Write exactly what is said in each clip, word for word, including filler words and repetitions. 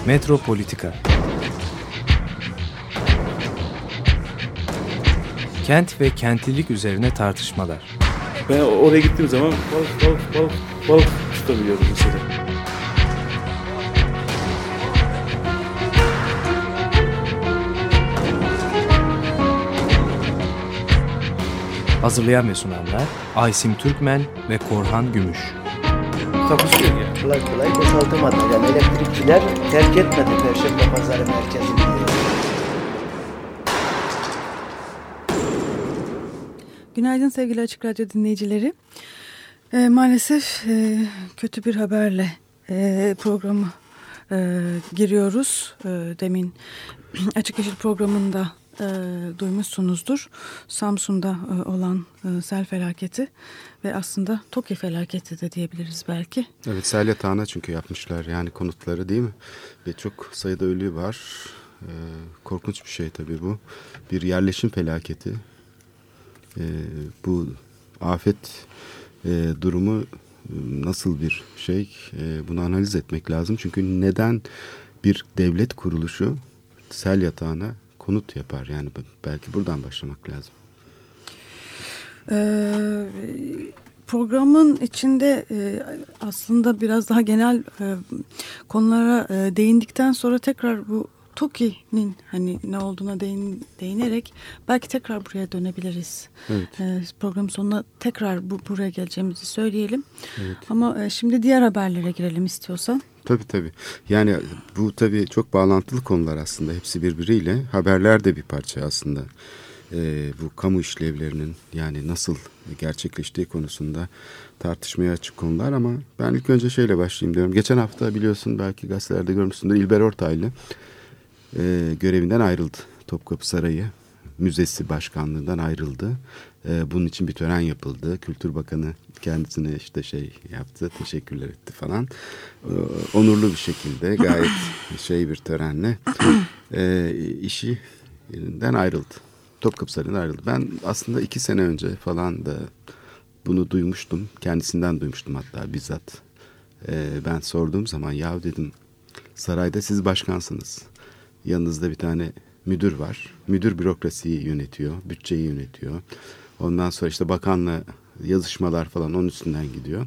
Metropolitika. Kent ve kentlilik üzerine tartışmalar. Ben oraya gittiğim zaman balık balık balık balık tutabiliyordum mesela. Hazırlayan ve sunanlar Aysim Türkmen ve Korhan Gümüş. Takusuyor ya. Kolay kolay boşaltamadı. Yani elektrikçiler terk etmedi Perşembe Pazarı merkezini. Günaydın sevgili Açık Radyo dinleyicileri. E, maalesef e, kötü bir haberle e, programı e, giriyoruz. E, demin Açık Yeşil programında e, duymuşsunuzdur. Samsun'da e, olan e, sel felaketi ve aslında TOKİ felaketi de diyebiliriz belki. Evet, sel yatağına çünkü yapmışlar yani konutları, değil mi? Ve çok sayıda ölü var. E, korkunç bir şey tabii bu. Bir yerleşim felaketi. Ee, bu afet e, durumu e, nasıl bir şey, e, bunu analiz etmek lazım. Çünkü neden bir devlet kuruluşu sel yatağına konut yapar? Yani belki buradan başlamak lazım. Ee, programın içinde e, aslında biraz daha genel e, konulara e, değindikten sonra tekrar bu TOKİ'nin hani ne olduğuna değin, değinerek belki tekrar buraya dönebiliriz. Evet. Ee, programın sonuna tekrar bu, buraya geleceğimizi söyleyelim. Evet. Ama e, şimdi diğer haberlere girelim istiyorsan. Tabii tabii. Yani bu tabii çok bağlantılı konular aslında. Hepsi birbiriyle. Haberler de bir parça aslında. Ee, bu kamu işlevlerinin yani nasıl gerçekleştiği konusunda tartışmaya açık konular ama ben ilk önce şeyle başlayayım diyorum. Geçen hafta biliyorsun, belki gazetelerde görmüşsündür, İlber Ortaylı E, görevinden ayrıldı. Topkapı Sarayı Müzesi Başkanlığından ayrıldı. E, bunun için bir tören yapıldı. Kültür Bakanı kendisine işte şey yaptı, teşekkürler etti falan. E, onurlu bir şekilde, gayet şey bir törenle e, işi yerinden ayrıldı. Topkapı Sarayı'ndan ayrıldı. Ben aslında iki sene önce falan da bunu duymuştum. Kendisinden duymuştum hatta bizzat. E, ben sorduğum zaman ya dedim, sarayda siz başkansınız. Yanınızda bir tane müdür var. Müdür bürokrasiyi yönetiyor, bütçeyi yönetiyor. Ondan sonra işte bakanla yazışmalar falan onun üstünden gidiyor.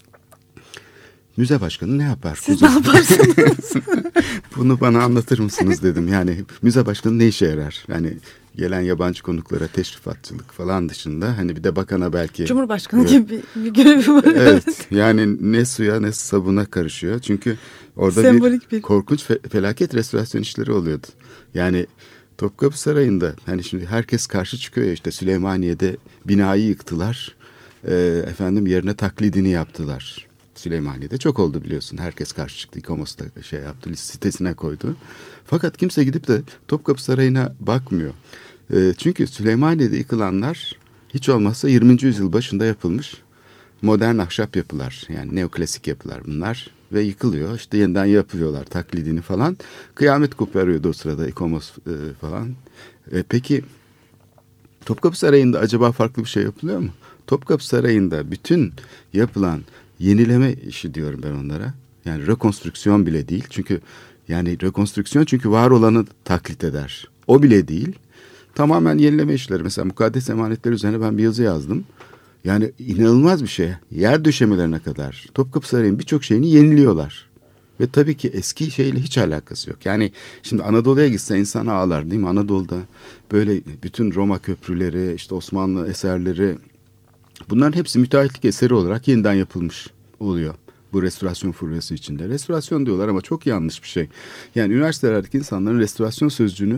Müze başkanı ne yapar? Siz ne yaparsınız? Bunu bana anlatır mısınız dedim. Yani müze başkanı ne işe yarar? Yani gelen yabancı konuklara teşrifatçılık falan dışında hani bir de bakana belki... Cumhurbaşkanı evet, gibi bir, bir görevi var. Evet, yani ne suya ne sabuna karışıyor. Çünkü orada Sembolik bir, bir korkunç fe, felaket restorasyon işleri oluyordu. Yani Topkapı Sarayı'nda hani şimdi herkes karşı çıkıyor ya, işte Süleymaniye'de binayı yıktılar. E, efendim yerine taklidini yaptılar. Süleymaniye'de çok oldu biliyorsun. Herkes karşı çıktı. İKOMOS da şey yaptı, sitesine koydu. Fakat kimse gidip de Topkapı Sarayı'na bakmıyor. E, çünkü Süleymaniye'de yıkılanlar hiç olmazsa yirminci yüzyıl başında yapılmış modern ahşap yapılar. Yani neoklasik yapılar bunlar. Ve yıkılıyor. İşte yeniden yapıyorlar taklidini falan. Kıyamet koparıyordu o sırada İKOMOS e, falan. E, peki Topkapı Sarayı'nda acaba farklı bir şey yapılıyor mu? Topkapı Sarayı'nda bütün yapılan yenileme işi diyorum ben onlara. Yani rekonstrüksiyon bile değil. Çünkü yani rekonstrüksiyon çünkü var olanı taklit eder. O bile değil. Tamamen yenileme işleri. Mesela mukaddes emanetler üzerine ben bir yazı yazdım. Yani inanılmaz bir şey. Yer döşemelerine kadar Topkapı Sarayı'nın birçok şeyini yeniliyorlar. Ve tabii ki eski şeyle hiç alakası yok. Yani şimdi Anadolu'ya gitse insan ağlar, değil mi? Anadolu'da böyle bütün Roma köprüleri, işte Osmanlı eserleri, bunların hepsi müteahhitlik eseri olarak yeniden yapılmış oluyor. Bu restorasyon furyası içinde. Restorasyon diyorlar ama çok yanlış bir şey. Yani üniversitelerdeki insanların restorasyon sözcüğünü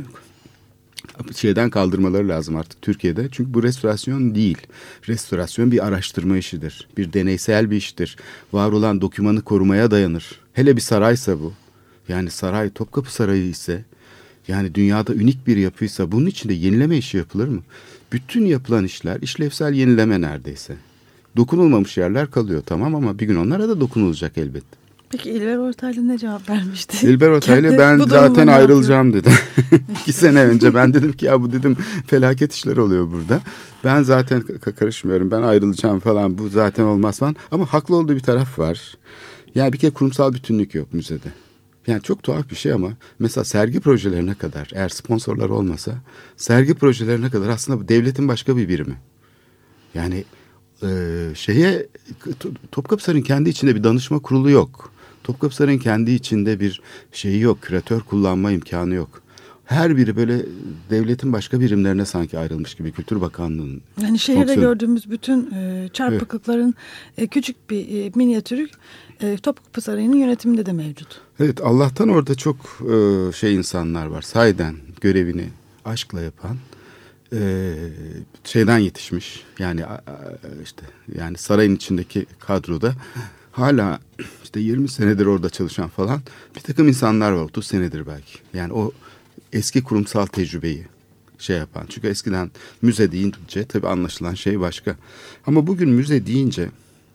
şeyden kaldırmaları lazım artık Türkiye'de. Çünkü bu restorasyon değil. Restorasyon bir araştırma işidir. Bir deneysel bir iştir. Var olan dokümanı korumaya dayanır. Hele bir saraysa bu. Yani saray Topkapı Sarayı ise, yani dünyada unik bir yapıysa bunun içinde yenileme işi yapılır mı? Bütün yapılan işler işlevsel yenileme neredeyse. Dokunulmamış yerler kalıyor tamam ama bir gün onlara da dokunulacak elbet. Peki İlber Ortaylı ne cevap vermişti? İlber Ortaylı ben zaten ayrılacağım dedi. İki sene önce ben dedim ki ya bu dedim felaket işler oluyor burada. Ben zaten karışmıyorum, ben ayrılacağım falan, bu zaten olmaz falan. Ama haklı olduğu bir taraf var. Yani bir kere kurumsal bütünlük yok müzede. Yani çok tuhaf bir şey ama mesela sergi projelerine kadar, eğer sponsorlar olmasa, sergi projelerine kadar aslında devletin başka bir birimi. Yani e, şeye Topkapı Sarayı'nın kendi içinde bir danışma kurulu yok. Topkapı Sarayı'nın kendi içinde bir şeyi yok, küratör kullanma imkanı yok. Her biri böyle devletin başka birimlerine sanki ayrılmış gibi, Kültür Bakanlığı'nın. Yani şehirde fonksiyonu. Gördüğümüz bütün e, çarpıklıkların evet. e, küçük bir e, minyatürü e, Topkapı Sarayı'nın yönetiminde de mevcut. Evet, Allah'tan orada çok e, şey insanlar var. Sahiden görevini aşkla yapan, e, şeyden yetişmiş. Yani işte yani sarayın içindeki kadroda hala işte yirmi senedir orada çalışan falan bir takım insanlar var, otuz senedir belki. Yani o eski kurumsal tecrübeyi şey yapan. Çünkü eskiden müze deyince tabii anlaşılan şey başka. Ama bugün müze deyince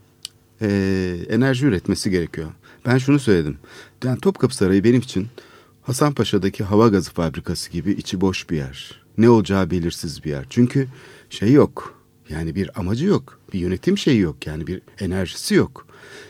e, enerji üretmesi gerekiyor. Ben şunu söyledim. Yani Topkapı Sarayı benim için Hasanpaşa'daki hava gazı fabrikası gibi içi boş bir yer. Ne olacağı belirsiz bir yer. Çünkü şey yok. Yani bir amacı yok. Bir yönetim şeyi yok. Yani bir enerjisi yok.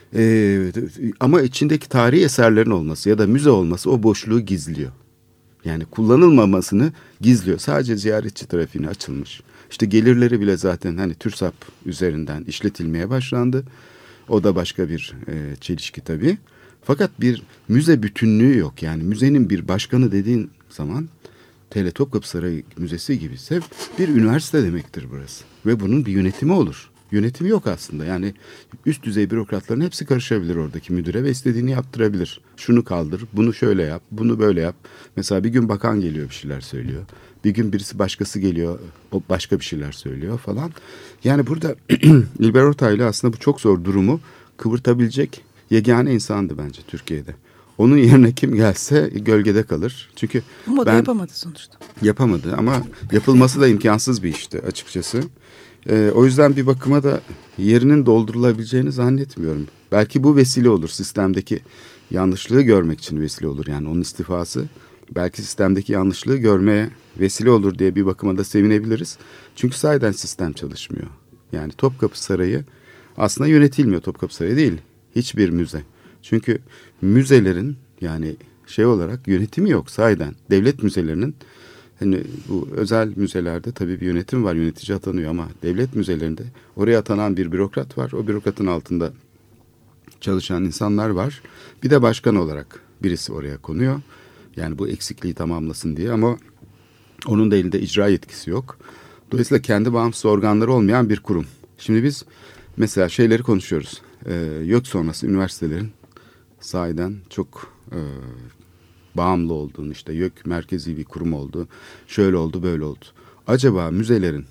Ee, ama içindeki tarihi eserlerin olması ya da müze olması o boşluğu gizliyor. Yani kullanılmamasını gizliyor. Sadece ziyaretçi trafiğine açılmış. İşte gelirleri bile zaten hani TÜRSAP üzerinden işletilmeye başlandı. O da başka bir e, çelişki tabii. Fakat bir müze bütünlüğü yok. Yani müzenin bir başkanı dediğin zaman T L Topkapı Sarayı Müzesi gibiyse bir üniversite demektir burası. Ve bunun bir yönetimi olur. Yönetimi yok aslında. Yani üst düzey bürokratların hepsi karışabilir oradaki müdüre ve istediğini yaptırabilir. Şunu kaldır, bunu şöyle yap, bunu böyle yap. Mesela bir gün bakan geliyor bir şeyler söylüyor. Bir gün birisi başkası geliyor, o başka bir şeyler söylüyor falan. Yani burada İlber Ortaylı aslında bu çok zor durumu kıvırtabilecek yegane insandı bence Türkiye'de. Onun yerine kim gelse gölgede kalır. Çünkü ama ben, da yapamadı sonuçta. Yapamadı ama yapılması da imkansız bir işti açıkçası. Ee, o yüzden bir bakıma da yerinin doldurulabileceğini zannetmiyorum. Belki bu vesile olur, sistemdeki yanlışlığı görmek için vesile olur. Yani onun istifası belki sistemdeki yanlışlığı görmeye vesile olur diye bir bakıma da sevinebiliriz. Çünkü sahiden sistem çalışmıyor. Yani Topkapı Sarayı aslında yönetilmiyor, Topkapı Sarayı değil. Hiçbir müze. Çünkü müzelerin yani şey olarak yönetimi yok sahiden. Devlet müzelerinin, hani bu özel müzelerde tabii bir yönetim var, yönetici atanıyor ama devlet müzelerinde oraya atanan bir bürokrat var. O bürokratın altında çalışan insanlar var. Bir de başkan olarak birisi oraya konuyor. Yani bu eksikliği tamamlasın diye ama onun da elinde icra yetkisi yok. Dolayısıyla kendi bağımsız organları olmayan bir kurum. Şimdi biz mesela şeyleri konuşuyoruz. Ee, YÖK sonrası üniversitelerin sahiden çok e, bağımlı olduğunu, işte YÖK merkezi bir kurum oldu, şöyle oldu, böyle oldu. Acaba müzelerin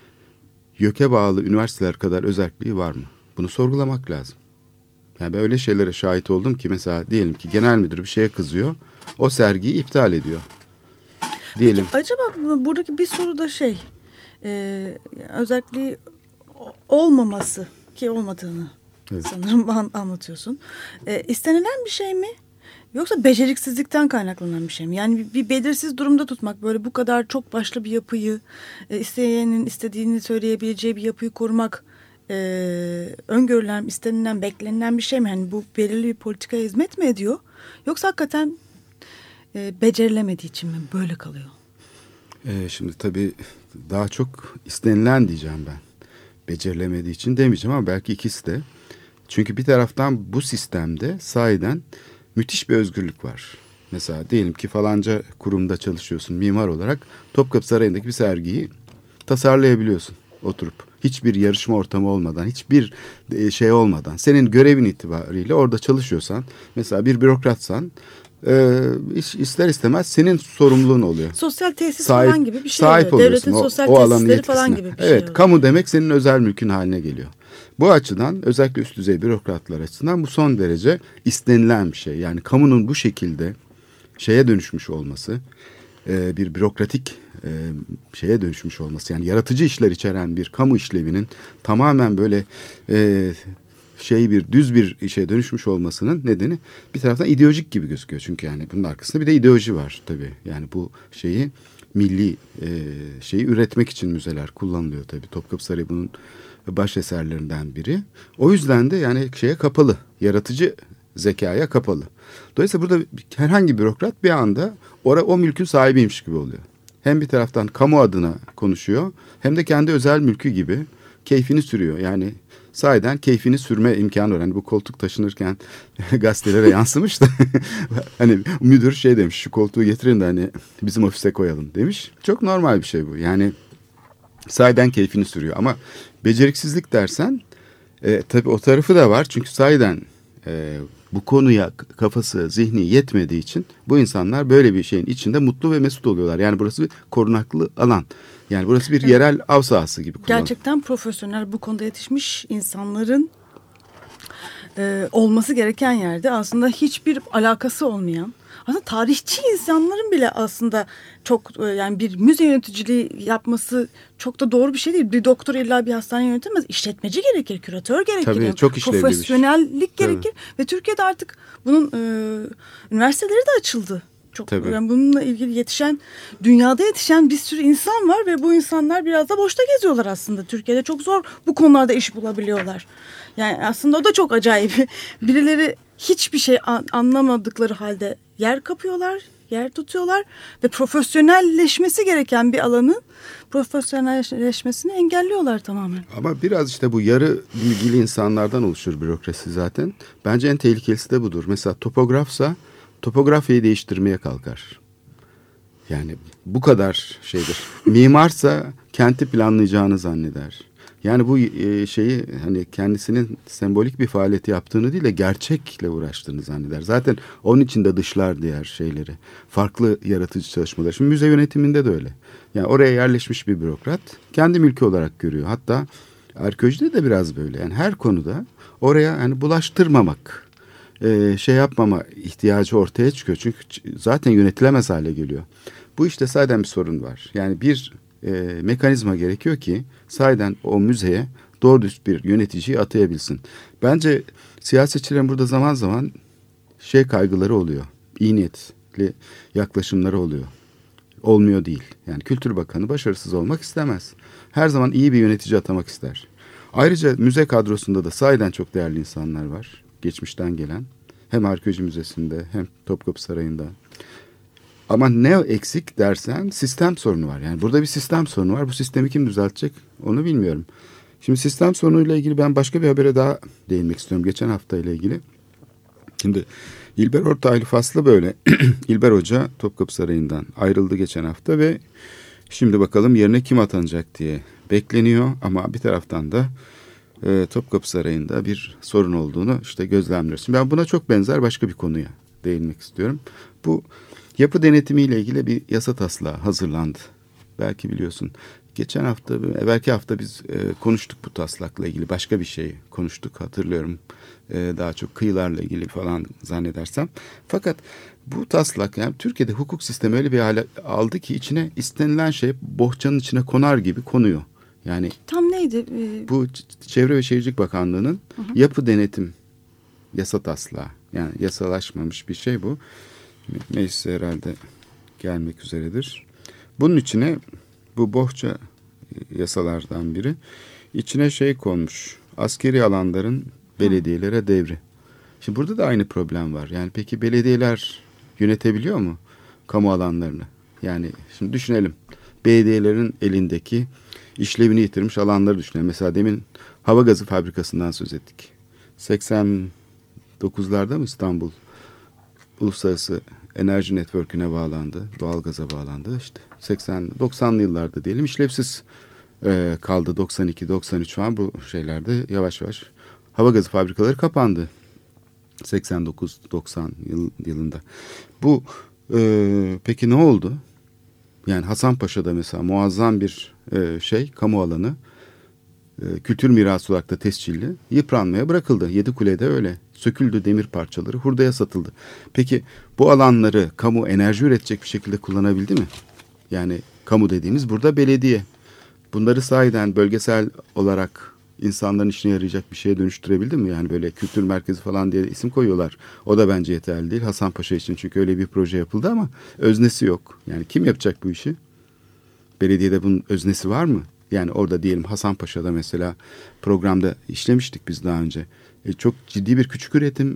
YÖK'e bağlı üniversiteler kadar özelliği var mı? Bunu sorgulamak lazım. Yani ben öyle şeylere şahit oldum ki mesela diyelim ki genel müdür bir şeye kızıyor, o sergiyi iptal ediyor. Diyelim. Acaba buradaki bir soru da şey, e, özelliği olmaması ki olmadığını evet. sanırım anlatıyorsun. E, istenilen bir şey mi? Yoksa beceriksizlikten kaynaklanan bir şey mi? Yani bir, bir belirsiz durumda tutmak, böyle bu kadar çok başlı bir yapıyı, e, isteyenin istediğini söyleyebileceği bir yapıyı korumak e, öngörülen, istenilen, beklenilen bir şey mi? Yani bu belirli bir politikaya hizmet mi ediyor? Yoksa hakikaten e, becerilemediği için mi böyle kalıyor? E, şimdi tabii daha çok istenilen diyeceğim ben. Becerilemediği için demeyeceğim ama belki ikisi de. Çünkü bir taraftan bu sistemde sahiden müthiş bir özgürlük var. Mesela diyelim ki falanca kurumda çalışıyorsun mimar olarak. Topkapı Sarayı'ndaki bir sergiyi tasarlayabiliyorsun oturup. Hiçbir yarışma ortamı olmadan, hiçbir şey olmadan. Senin görevin itibariyle orada çalışıyorsan, mesela bir bürokratsan, e, ister istemez senin sorumluluğun oluyor. Sosyal tesis sahip, falan gibi bir şey sahip oluyor. Devletin o, sosyal o tesisleri falan gibi bir şey Evet, oluyor. kamu demek senin özel mülkün haline geliyor. Bu açıdan özellikle üst düzey bürokratlar açısından bu son derece istenilen bir şey. Yani kamunun bu şekilde şeye dönüşmüş olması, e, bir bürokratik e, şeye dönüşmüş olması, yani yaratıcı işler içeren bir kamu işlevinin tamamen böyle e, şey bir düz bir işe dönüşmüş olmasının nedeni bir taraftan ideolojik gibi gözüküyor. Çünkü yani bunun arkasında bir de ideoloji var tabii. Yani bu şeyi milli e, şeyi üretmek için müzeler kullanılıyor tabii. Topkapı Sarayı bunun baş eserlerinden biri. O yüzden de yani şeye kapalı, yaratıcı zekaya kapalı. Dolayısıyla burada herhangi bir bürokrat bir anda orada o mülkün sahibiymiş gibi oluyor. Hem bir taraftan kamu adına konuşuyor hem de kendi özel mülkü gibi keyfini sürüyor. Yani sahiden keyfini sürme imkanı var. Hani bu koltuk taşınırken gazetelere yansımış da hani müdür şey demiş, şu koltuğu getirin de hani bizim ofise koyalım demiş. Çok normal bir şey bu. Yani sahiden keyfini sürüyor ama beceriksizlik dersen e, tabii o tarafı da var. Çünkü sahiden e, bu konuya kafası, zihni yetmediği için bu insanlar böyle bir şeyin içinde mutlu ve mesut oluyorlar. Yani burası bir korunaklı alan. Yani burası bir yerel av sahası gibi kullanılıyor. Gerçekten profesyonel bu konuda yetişmiş insanların e, olması gereken yerde aslında hiçbir alakası olmayan, aslında tarihçi insanların bile aslında çok e, yani bir müze yöneticiliği yapması çok da doğru bir şey değil. Bir doktor illa bir hastane yönetemez. İşletmeci gerekir, küratör gerekir. Tabii, yani çok işlevli bir profesyonellik şey. gerekir. Tabii. Ve Türkiye'de artık bunun e, üniversiteleri de açıldı. Çok yani bununla ilgili yetişen, dünyada yetişen bir sürü insan var ve bu insanlar biraz da boşta geziyorlar aslında. Türkiye'de çok zor bu konularda iş bulabiliyorlar. Yani aslında o da çok acayip. Birileri hiçbir şey anlamadıkları halde yer kapıyorlar, yer tutuyorlar ve profesyonelleşmesi gereken bir alanın profesyonelleşmesini engelliyorlar tamamen. Ama biraz işte bu yarı bilgili insanlardan oluşur bürokrasi zaten. Bence en tehlikelisi de budur. Mesela topografsa topografyayı değiştirmeye kalkar. Yani bu kadar şeydir. Mimarsa kenti planlayacağını zanneder. Yani bu şeyi hani kendisinin sembolik bir faaliyeti yaptığını değil de gerçekle uğraştığını zanneder. Zaten onun için de dışlar diğer şeyleri. Farklı yaratıcı çalışmalar. Şimdi müze yönetiminde de öyle. Yani oraya yerleşmiş bir bürokrat kendi mülkü olarak görüyor. Hatta arkeolojide de biraz böyle. Yani her konuda oraya hani bulaştırmamak, şey yapmama ihtiyacı ortaya çıkıyor. Çünkü zaten yönetilemez hale geliyor. Bu işte sahiden bir sorun var. Yani bir e, mekanizma gerekiyor ki sahiden o müzeye doğru düz bir yöneticiyi atayabilsin. Bence siyasetçilerin burada zaman zaman şey kaygıları oluyor. İyi niyetli yaklaşımları oluyor. Olmuyor değil. Yani Kültür Bakanı başarısız olmak istemez. Her zaman iyi bir yönetici atamak ister. Ayrıca müze kadrosunda da sahiden çok değerli insanlar var. Geçmişten gelen. Hem Arkeoloji Müzesi'nde hem Topkapı Sarayı'nda. Ama ne eksik dersen sistem sorunu var. Yani burada bir sistem sorunu var. Bu sistemi kim düzeltecek onu bilmiyorum. Şimdi sistem sorunuyla ilgili ben başka bir habere daha değinmek istiyorum. Geçen hafta ile ilgili. Şimdi İlber Ortaylı faslı böyle. İlber Hoca Topkapı Sarayı'ndan ayrıldı geçen hafta ve şimdi bakalım yerine kim atanacak diye bekleniyor. Ama bir taraftan da e, Topkapı Sarayı'nda bir sorun olduğunu işte gözlemliyoruz. Şimdi ben buna çok benzer başka bir konuya değinmek istiyorum. Bu yapı denetimiyle ilgili bir yasa taslağı hazırlandı. Belki biliyorsun. Geçen hafta, evvelki hafta biz e, konuştuk bu taslakla ilgili. Başka bir şey konuştuk hatırlıyorum. E, daha çok kıyılarla ilgili falan zannedersem. Fakat bu taslak yani Türkiye'de hukuk sistemi öyle bir hale aldı ki içine istenilen şey bohçanın içine konar gibi konuyor. Yani tam neydi? Ee... Bu Çevre ve Şehircilik Bakanlığı'nın hı hı. yapı denetim yasa taslağı. Yani yasalaşmamış bir şey bu. Meclise herhalde gelmek üzeredir. Bunun içine bu bohça yasalardan biri içine şey konmuş. Askeri alanların belediyelere devri. Şimdi burada da aynı problem var. Yani peki belediyeler yönetebiliyor mu kamu alanlarını? Yani şimdi düşünelim. Belediyelerin elindeki işlevini yitirmiş alanları düşünelim. Mesela demin hava gazı fabrikasından söz ettik. seksen dokuzlarda mı İstanbul Uluslararası Enerji Network'üne bağlandı. Doğalgaza bağlandı. İşte seksen doksanlı yıllarda diyelim işlevsiz e, kaldı. doksan iki doksan üç falan bu şeylerde yavaş yavaş hava gazı fabrikaları kapandı. seksen dokuz doksan yıl, yılında. Bu e, peki ne oldu? Yani Hasanpaşa'da mesela muazzam bir e, şey, kamu alanı, e, kültür mirası olarak da tescilli, yıpranmaya bırakıldı. Yedikule'de öyle. Söküldü demir parçaları, hurdaya satıldı. Peki bu alanları kamu enerji üretecek bir şekilde kullanabildi mi? Yani kamu dediğimiz burada belediye. Bunları sahiden bölgesel olarak insanların işine yarayacak bir şeye dönüştürebildi mi? Yani böyle kültür merkezi falan diye isim koyuyorlar. O da bence yeterli değil. Hasanpaşa için çünkü öyle bir proje yapıldı ama öznesi yok. Yani kim yapacak bu işi? Belediyede bunun öznesi var mı? Yani orada diyelim Hasanpaşa'da mesela programda işlemiştik biz daha önce. E çok ciddi bir küçük üretim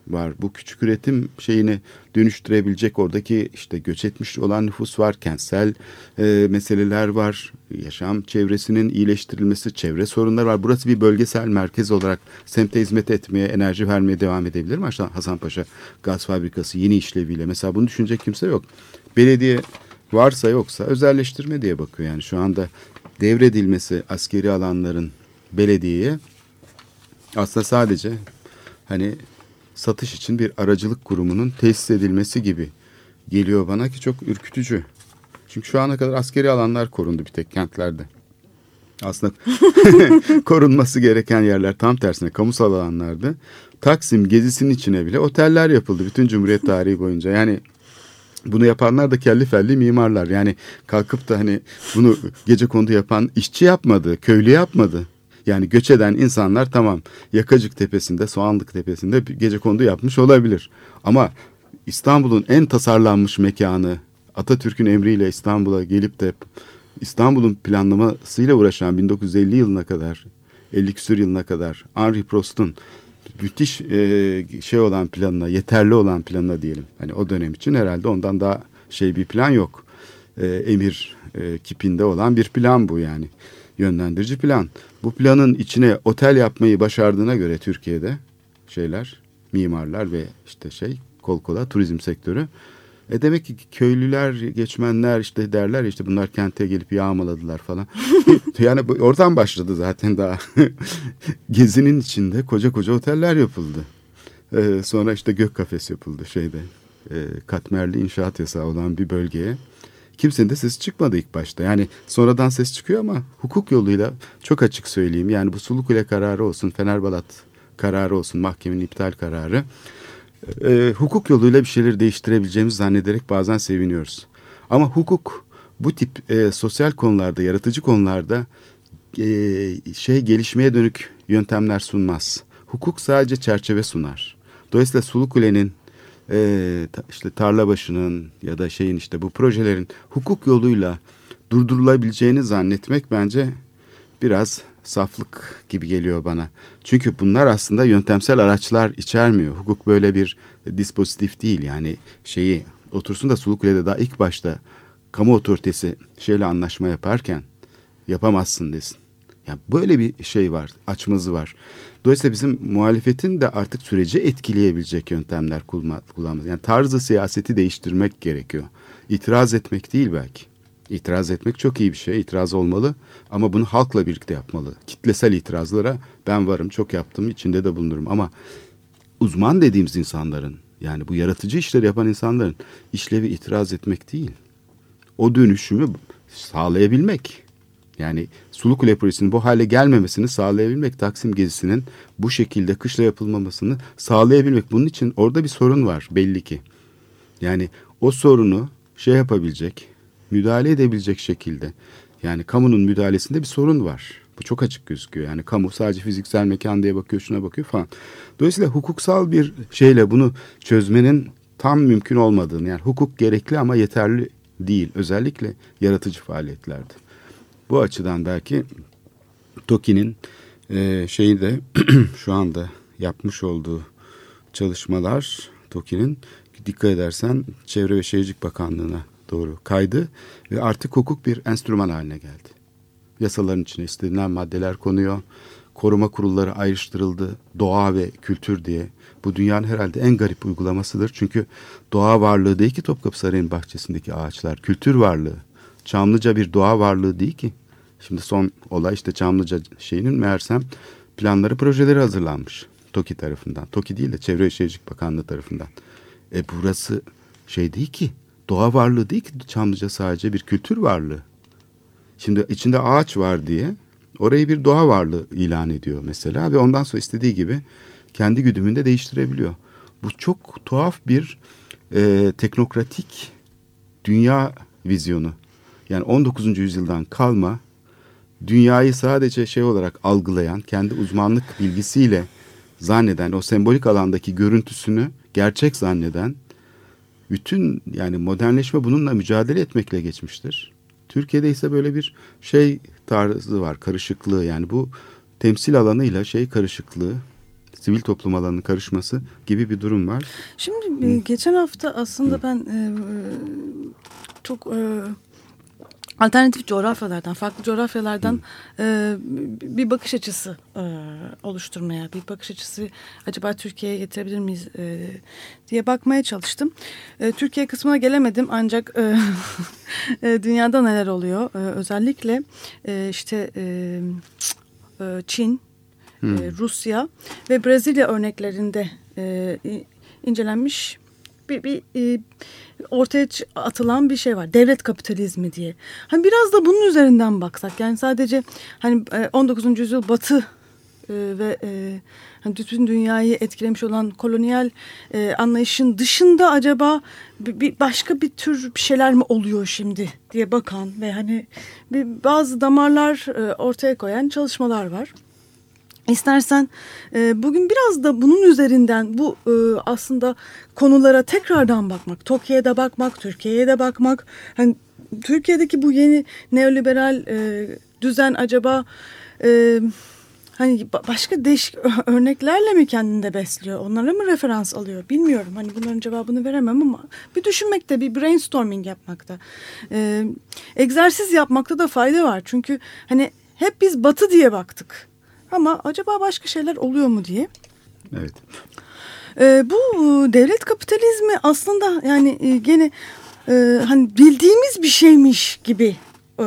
var. Bu küçük üretim şeyini dönüştürebilecek oradaki işte göç etmiş olan nüfus var. Kentsel e, meseleler var. Yaşam çevresinin iyileştirilmesi, çevre sorunları var. Burası bir bölgesel merkez olarak semte hizmet etmeye, enerji vermeye devam edebilir mi? Hasanpaşa Gaz Fabrikası yeni işleviyle. Mesela bunu düşünecek kimse yok. Belediye varsa yoksa özelleştirme diye bakıyor. Yani şu anda devredilmesi askeri alanların belediyeye aslında sadece hani satış için bir aracılık kurumunun tesis edilmesi gibi geliyor bana ki çok ürkütücü. Çünkü şu ana kadar askeri alanlar korundu bir tek kentlerde. Aslında korunması gereken yerler tam tersine kamusal alanlardı. Taksim gezisinin içine bile oteller yapıldı bütün Cumhuriyet tarihi boyunca. Yani bunu yapanlar da kelli felli mimarlar. Yani kalkıp da hani bunu gecekondu yapan işçi yapmadı, köylü yapmadı. Yani göç eden insanlar tamam Yakacık Tepesi'nde, Soğanlık Tepesi'nde gecekondu yapmış olabilir. Ama İstanbul'un en tasarlanmış mekanı, Atatürk'ün emriyle İstanbul'a gelip de İstanbul'un planlamasıyla uğraşan bin dokuz yüz elli yılına kadar, elli küsur yılına kadar Henri Prost'un müthiş e, şey olan planına, yeterli olan planına diyelim. Hani o dönem için herhalde ondan daha şey bir plan yok. E, emir e, kipinde olan bir plan bu yani. Yönlendirici plan. Bu planın içine otel yapmayı başardığına göre Türkiye'de şeyler, mimarlar ve işte şey kol kola turizm sektörü. E demek ki köylüler, geçmenler işte derler ya işte bunlar kente gelip yağmaladılar falan. Yani oradan başladı zaten daha. Gezinin içinde koca koca oteller yapıldı. Ee, sonra işte gök kafes yapıldı şeyde. E, katmerli inşaat yasağı olan bir bölgeye. Kimsenin de sesi çıkmadı ilk başta. Yani sonradan ses çıkıyor ama hukuk yoluyla çok açık söyleyeyim. Yani bu Sulukule kararı olsun, Fenerbalat kararı olsun, mahkemenin iptal kararı. E, hukuk yoluyla bir şeyleri değiştirebileceğimizi zannederek bazen seviniyoruz. Ama hukuk bu tip e, sosyal konularda, yaratıcı konularda e, şey gelişmeye dönük yöntemler sunmaz. Hukuk sadece çerçeve sunar. Dolayısıyla Sulukule'nin e, ta, işte Tarlabaşı'nın ya da şeyin işte bu projelerin hukuk yoluyla durdurulabileceğini zannetmek bence biraz saflık gibi geliyor bana. Çünkü bunlar aslında yöntemsel araçlar içermiyor. Hukuk böyle bir dispozitif değil. Yani şeyi otursun da Sulukule'de daha ilk başta kamu otoritesi şeyle anlaşma yaparken yapamazsın desin. Yani böyle bir şey var, açmazı var. Dolayısıyla bizim muhalefetin de artık süreci etkileyebilecek yöntemler kullanması. Yani tarzı siyaseti değiştirmek gerekiyor. İtiraz etmek değil belki. İtiraz etmek çok iyi bir şey, itiraz olmalı ama bunu halkla birlikte yapmalı. Kitlesel itirazlara ben varım, çok yaptım, içinde de bulunurum ama uzman dediğimiz insanların, yani bu yaratıcı işleri yapan insanların işlevi itiraz etmek değil. O dönüşümü sağlayabilmek. Yani Sulukule projesinin bu hale gelmemesini sağlayabilmek, Taksim gezisinin bu şekilde kışla yapılmamasını sağlayabilmek. Bunun için orada bir sorun var belli ki. Yani o sorunu şey yapabilecek, müdahale edebilecek şekilde. Yani kamunun müdahalesinde bir sorun var. Bu çok açık gözüküyor. Yani kamu sadece fiziksel mekan diye bakıyor, şuna bakıyor falan. Dolayısıyla hukuksal bir şeyle bunu çözmenin tam mümkün olmadığını, yani hukuk gerekli ama yeterli değil. Özellikle yaratıcı faaliyetlerde. Bu açıdan belki TOKİ'nin e, şeyi de şu anda yapmış olduğu çalışmalar, TOKİ'nin dikkat edersen Çevre ve Şehircilik Bakanlığı'na doğru kaydı ve artık hukuk bir enstrüman haline geldi. Yasaların içine istenilen maddeler konuyor. Koruma kurulları ayrıştırıldı. Doğa ve kültür diye. Bu dünyanın herhalde en garip uygulamasıdır. Çünkü doğa varlığı değil ki Topkapı Sarayı'nın bahçesindeki ağaçlar. Kültür varlığı. Çamlıca bir doğa varlığı değil ki. Şimdi son olay işte Çamlıca şeyinin meğersem planları, projeleri hazırlanmış. TOKİ tarafından. TOKİ değil de Çevre ve Şehircilik Bakanlığı tarafından. E burası şey değil ki. Doğa varlığı değil ki Çamlıca, sadece bir kültür varlığı. Şimdi içinde ağaç var diye orayı bir doğa varlığı ilan ediyor mesela ve ondan sonra istediği gibi kendi güdümünde değiştirebiliyor. Bu çok tuhaf bir e, teknokratik dünya vizyonu. Yani on dokuzuncu yüzyıldan kalma, dünyayı sadece şey olarak algılayan, kendi uzmanlık bilgisiyle zanneden, o sembolik alandaki görüntüsünü gerçek zanneden, bütün yani modernleşme bununla mücadele etmekle geçmiştir. Türkiye'de ise böyle bir şey tarzı var, karışıklığı, yani bu temsil alanıyla şey karışıklığı, sivil toplum alanının karışması gibi bir durum var. Şimdi Hı. geçen hafta aslında Hı. ben e, çok e, alternatif coğrafyalardan, farklı coğrafyalardan e, bir bakış açısı e, oluşturmaya, bir bakış açısı acaba Türkiye'ye getirebilir miyiz e, diye bakmaya çalıştım. E, Türkiye kısmına gelemedim ancak e, e, dünyada neler oluyor? E, özellikle e, işte e, e, Çin, hmm. e, Rusya ve Brezilya örneklerinde e, incelenmiş bir, bir e, ortaya atılan bir şey var. Devlet kapitalizmi diye. Hani biraz da bunun üzerinden baksak. Yani sadece hani on dokuzuncu yüzyıl Batı e, ve e, hani bütün dünyayı etkilemiş olan kolonyal e, anlayışın dışında acaba bir, bir başka bir tür bir şeyler mi oluyor şimdi diye bakan ve hani bir, bazı damarlar e, ortaya koyan çalışmalar var. İstersen e, bugün biraz da bunun üzerinden bu e, aslında konulara tekrardan bakmak, Tokyo'ya da bakmak, Türkiye'ye de bakmak. Hani Türkiye'deki bu yeni neoliberal e, düzen acaba e, hani başka değişik örneklerle mi kendinde besliyor? Onlara mı referans alıyor? Bilmiyorum. Hani bunların cevabını veremem ama bir düşünmekte, bir brainstorming yapmakta, e, egzersiz yapmakta da fayda var. Çünkü hani hep biz Batı diye baktık. Ama acaba başka şeyler oluyor mu diye. Evet. Ee, bu devlet kapitalizmi aslında yani e, gene e, hani bildiğimiz bir şeymiş gibi e,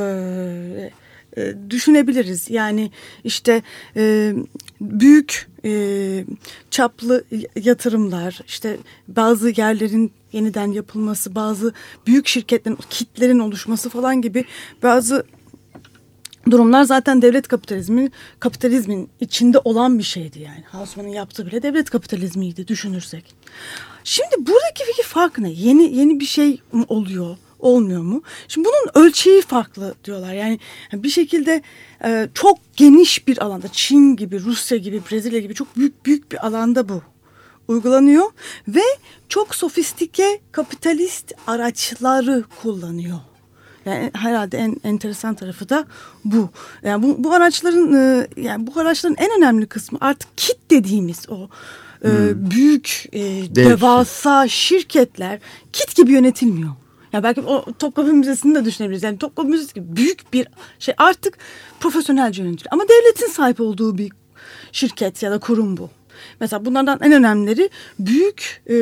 e, düşünebiliriz. Yani işte e, büyük e, çaplı yatırımlar, işte bazı yerlerin yeniden yapılması, bazı büyük şirketlerin, kitlerin oluşması falan gibi bazı durumlar zaten devlet kapitalizmi, kapitalizmin içinde olan bir şeydi yani. Hausmann'ın yaptığı bile devlet kapitalizmiydi düşünürsek. Şimdi buradaki fikir farkı ne? Yeni yeni bir şey oluyor, olmuyor mu? Şimdi bunun ölçeği farklı diyorlar. Yani bir şekilde e, çok geniş bir alanda, Çin gibi, Rusya gibi, Brezilya gibi çok büyük büyük bir alanda bu uygulanıyor ve çok sofistike kapitalist araçları kullanıyor. Yani herhalde en enteresan tarafı da bu. Yani bu, bu araçların yani bu araçların en önemli kısmı artık kit dediğimiz o hmm. büyük devasa şirketler kit gibi yönetilmiyor. Yani belki o Topkapı Müzesi'ni de düşünebiliriz. Yani Topkapı Müzesi gibi büyük bir şey artık profesyonelce yönetiliyor. Ama devletin sahip olduğu bir şirket ya da kurum bu. Mesela bunlardan en önemlileri büyük e,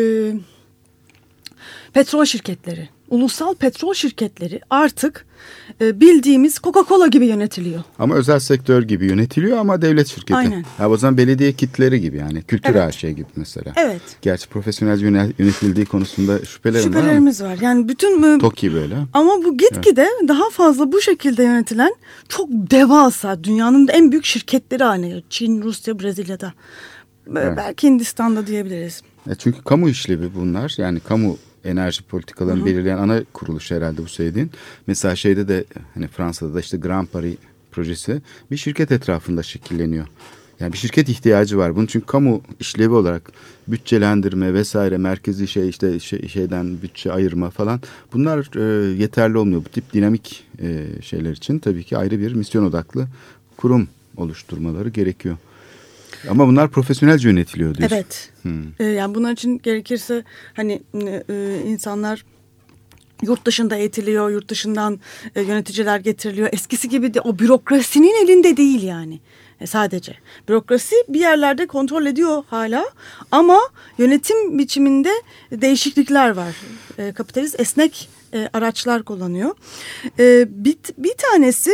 petrol şirketleri. Ulusal petrol şirketleri artık e, bildiğimiz Coca-Cola gibi yönetiliyor. Ama özel sektör gibi yönetiliyor ama devlet şirketi. Aynen. Ha, o zaman belediye kitleri gibi yani kültür evet. A Ş gibi mesela. Evet. Gerçi profesyonelce yönetildiği konusunda şüphelerim Şüphelerimiz var. var. Yani bütün TOKİ böyle. Ama bu gitgide evet. daha fazla bu şekilde yönetilen çok devasa dünyanın en büyük şirketleri haline geliyor. Çin, Rusya, Brezilya'da. Evet. Belki Hindistan'da diyebiliriz. E çünkü kamu işlevi bunlar. Yani kamu enerji politikalarını Hı-hı. belirleyen ana kuruluş herhalde bu söylediğin. Mesela şeyde de hani Fransa'da da işte Grand Paris projesi bir şirket etrafında şekilleniyor. Yani bir şirket ihtiyacı var. Bunun çünkü kamu işlevi olarak bütçelendirme vesaire merkezi şey işte şey, şeyden bütçe ayırma falan bunlar e, yeterli olmuyor. Bu tip dinamik e, şeyler için tabii ki ayrı bir misyon odaklı kurum oluşturmaları gerekiyor. Ama bunlar profesyonelce yönetiliyor diyorsun. Evet. Hmm. Ee, yani bunlar için gerekirse hani e, insanlar yurt dışında eğitiliyor, yurt dışından e, yöneticiler getiriliyor. Eskisi gibi de o bürokrasinin elinde değil yani. E, sadece. Bürokrasi bir yerlerde kontrol ediyor hala ama yönetim biçiminde değişiklikler var. E, kapitalist esnek e, araçlar kullanıyor. E, bir, bir tanesi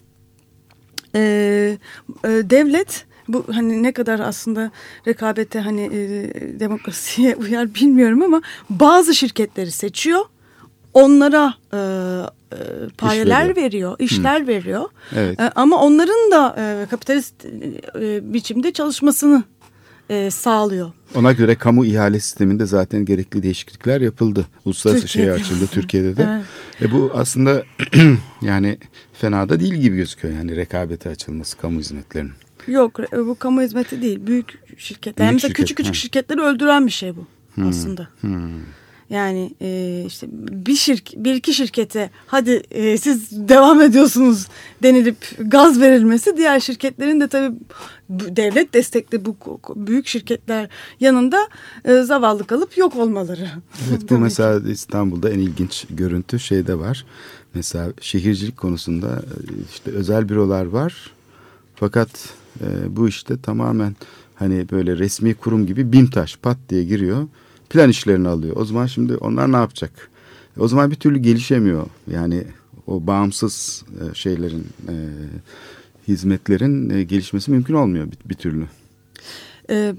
e, e, devlet bu hani ne kadar aslında rekabete hani e, demokrasiye uyar bilmiyorum ama bazı şirketleri seçiyor. Onlara e, e, payeler İş veriyor, işler Hı. veriyor. Evet. E, ama onların da e, kapitalist e, biçimde çalışmasını e, sağlıyor. Ona göre kamu ihale sisteminde zaten gerekli değişiklikler yapıldı. Uluslararası şeye açıldı Türkiye'de de. Evet. E bu aslında yani fena da değil gibi gözüküyor yani rekabete açılması kamu hizmetlerinin. Yok bu kamu hizmeti değil. Büyük şirketler. Büyük yani şirket, küçük küçük ha. şirketleri öldüren bir şey bu hmm. aslında. Hmm. Yani e, işte bir şirk, bir iki şirkete hadi e, siz devam ediyorsunuz denilip gaz verilmesi, diğer şirketlerin de tabii devlet destekli bu büyük şirketler yanında e, zavallı kalıp yok olmaları. Evet, bu mesela İstanbul'da en ilginç görüntü şeyde var. Mesela şehircilik konusunda işte özel bürolar var. Fakat e, bu işte tamamen hani böyle resmi kurum gibi BİMTAŞ pat diye giriyor. Plan işlerini alıyor. O zaman şimdi onlar ne yapacak? O zaman bir türlü gelişemiyor. Yani o bağımsız e, şeylerin, e, hizmetlerin e, gelişmesi mümkün olmuyor bir, bir türlü. Ee,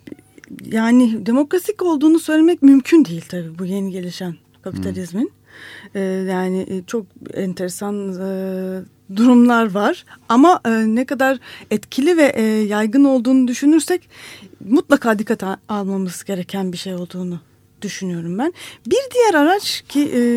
yani demokratik olduğunu söylemek mümkün değil tabii bu yeni gelişen kapitalizmin. Hmm. Ee, yani çok enteresan e, durumlar var. Ama e, ne kadar etkili ve e, yaygın olduğunu düşünürsek mutlaka dikkate almamız gereken bir şey olduğunu düşünüyorum ben. Bir diğer araç ki e,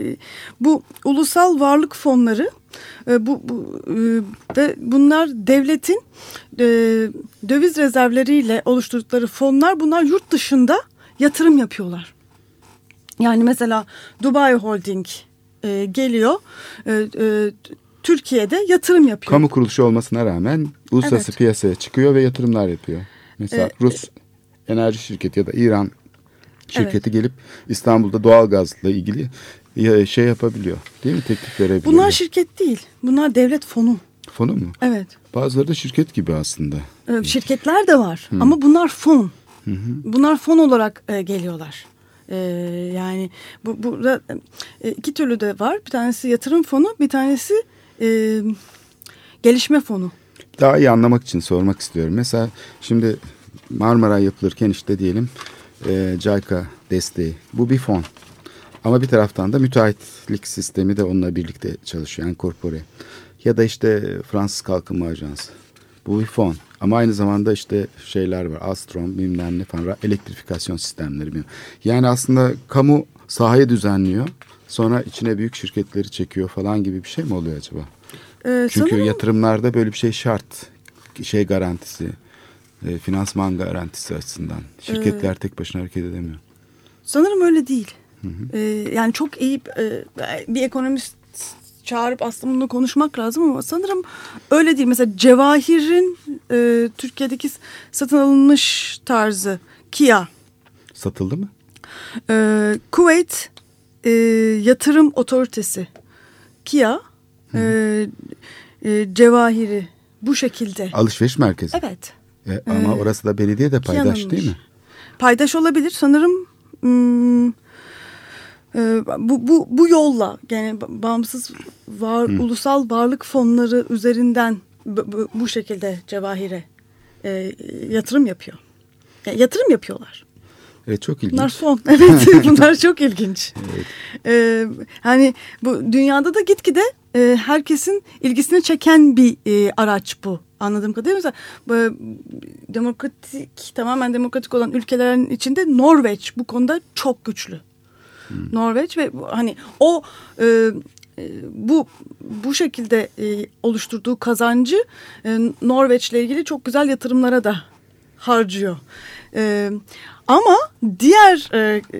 bu ulusal varlık fonları e, bu, bu e, ve bunlar devletin e, döviz rezervleriyle oluşturdukları fonlar, bunlar yurt dışında yatırım yapıyorlar. Yani mesela Dubai Holding e, geliyor e, e, Türkiye'de yatırım yapıyor. Kamu kuruluşu olmasına rağmen uluslararası evet. piyasaya çıkıyor ve yatırımlar yapıyor. Mesela ee, Rus enerji şirketi ya da İran şirketi evet. gelip İstanbul'da doğalgazla ilgili şey yapabiliyor. Değil mi? Teklif verebiliyor. Bunlar şirket değil. Bunlar devlet fonu. Fonu mu? Evet. Bazıları da şirket gibi aslında. Ee, şirketler de var. Hı. Ama bunlar fon. Hı hı. Bunlar fon olarak e, geliyorlar. Ee, yani bu burada e, iki türlü de var. Bir tanesi yatırım fonu, bir tanesi e, gelişme fonu. Daha iyi anlamak için sormak istiyorum. Mesela şimdi Marmara yapılırken işte diyelim e, CAYKA desteği. Bu bir fon. Ama bir taraftan da müteahhitlik sistemi de onunla birlikte çalışıyor. Yani korpore. Ya da işte Fransız Kalkınma Ajansı. Bu bir fon. Ama aynı zamanda işte şeyler var. Alstom bilmem ne falan. Elektrifikasyon sistemleri. Bilmem. Yani aslında kamu sahayı düzenliyor. Sonra içine büyük şirketleri çekiyor falan gibi bir şey mi oluyor acaba? Ee, Çünkü sanırım... yatırımlarda böyle bir şey şart. Şey garantisi. E, finansman garantisi açısından. Şirketler ee, tek başına hareket edemiyor. Sanırım öyle değil. Hı hı. Ee, yani çok iyi e, bir ekonomist çağırıp aslında bunu konuşmak lazım ama sanırım öyle değil. Mesela Cevahir'in e, Türkiye'deki satın alınmış tarzı Kia. Satıldı mı? E, Kuveyt e, Yatırım Otoritesi Kia e, e, Cevahir'i bu şekilde. Alışveriş merkezi. Evet. E, ama ee, orası da belediye de paydaş Kia'nınmış. Değil mi? Paydaş olabilir sanırım. Hmm, Bu, bu, bu yolla yani bağımsız var, hmm. ulusal varlık fonları üzerinden bu, bu şekilde Cevahir'e e, yatırım yapıyor. Yani yatırım yapıyorlar. Evet, çok ilginç. Bunlar fon. Evet, bunlar çok ilginç. Evet. Ee, hani bu dünyada da gitgide e, herkesin ilgisini çeken bir e, araç bu. Anladığım kadarıyla mesela demokratik, tamamen demokratik olan ülkelerin içinde Norveç bu konuda çok güçlü. Hmm. Norveç ve hani o e, bu bu şekilde e, oluşturduğu kazancı e, Norveç'le ilgili çok güzel yatırımlara da harcıyor. E, ama diğer e, e,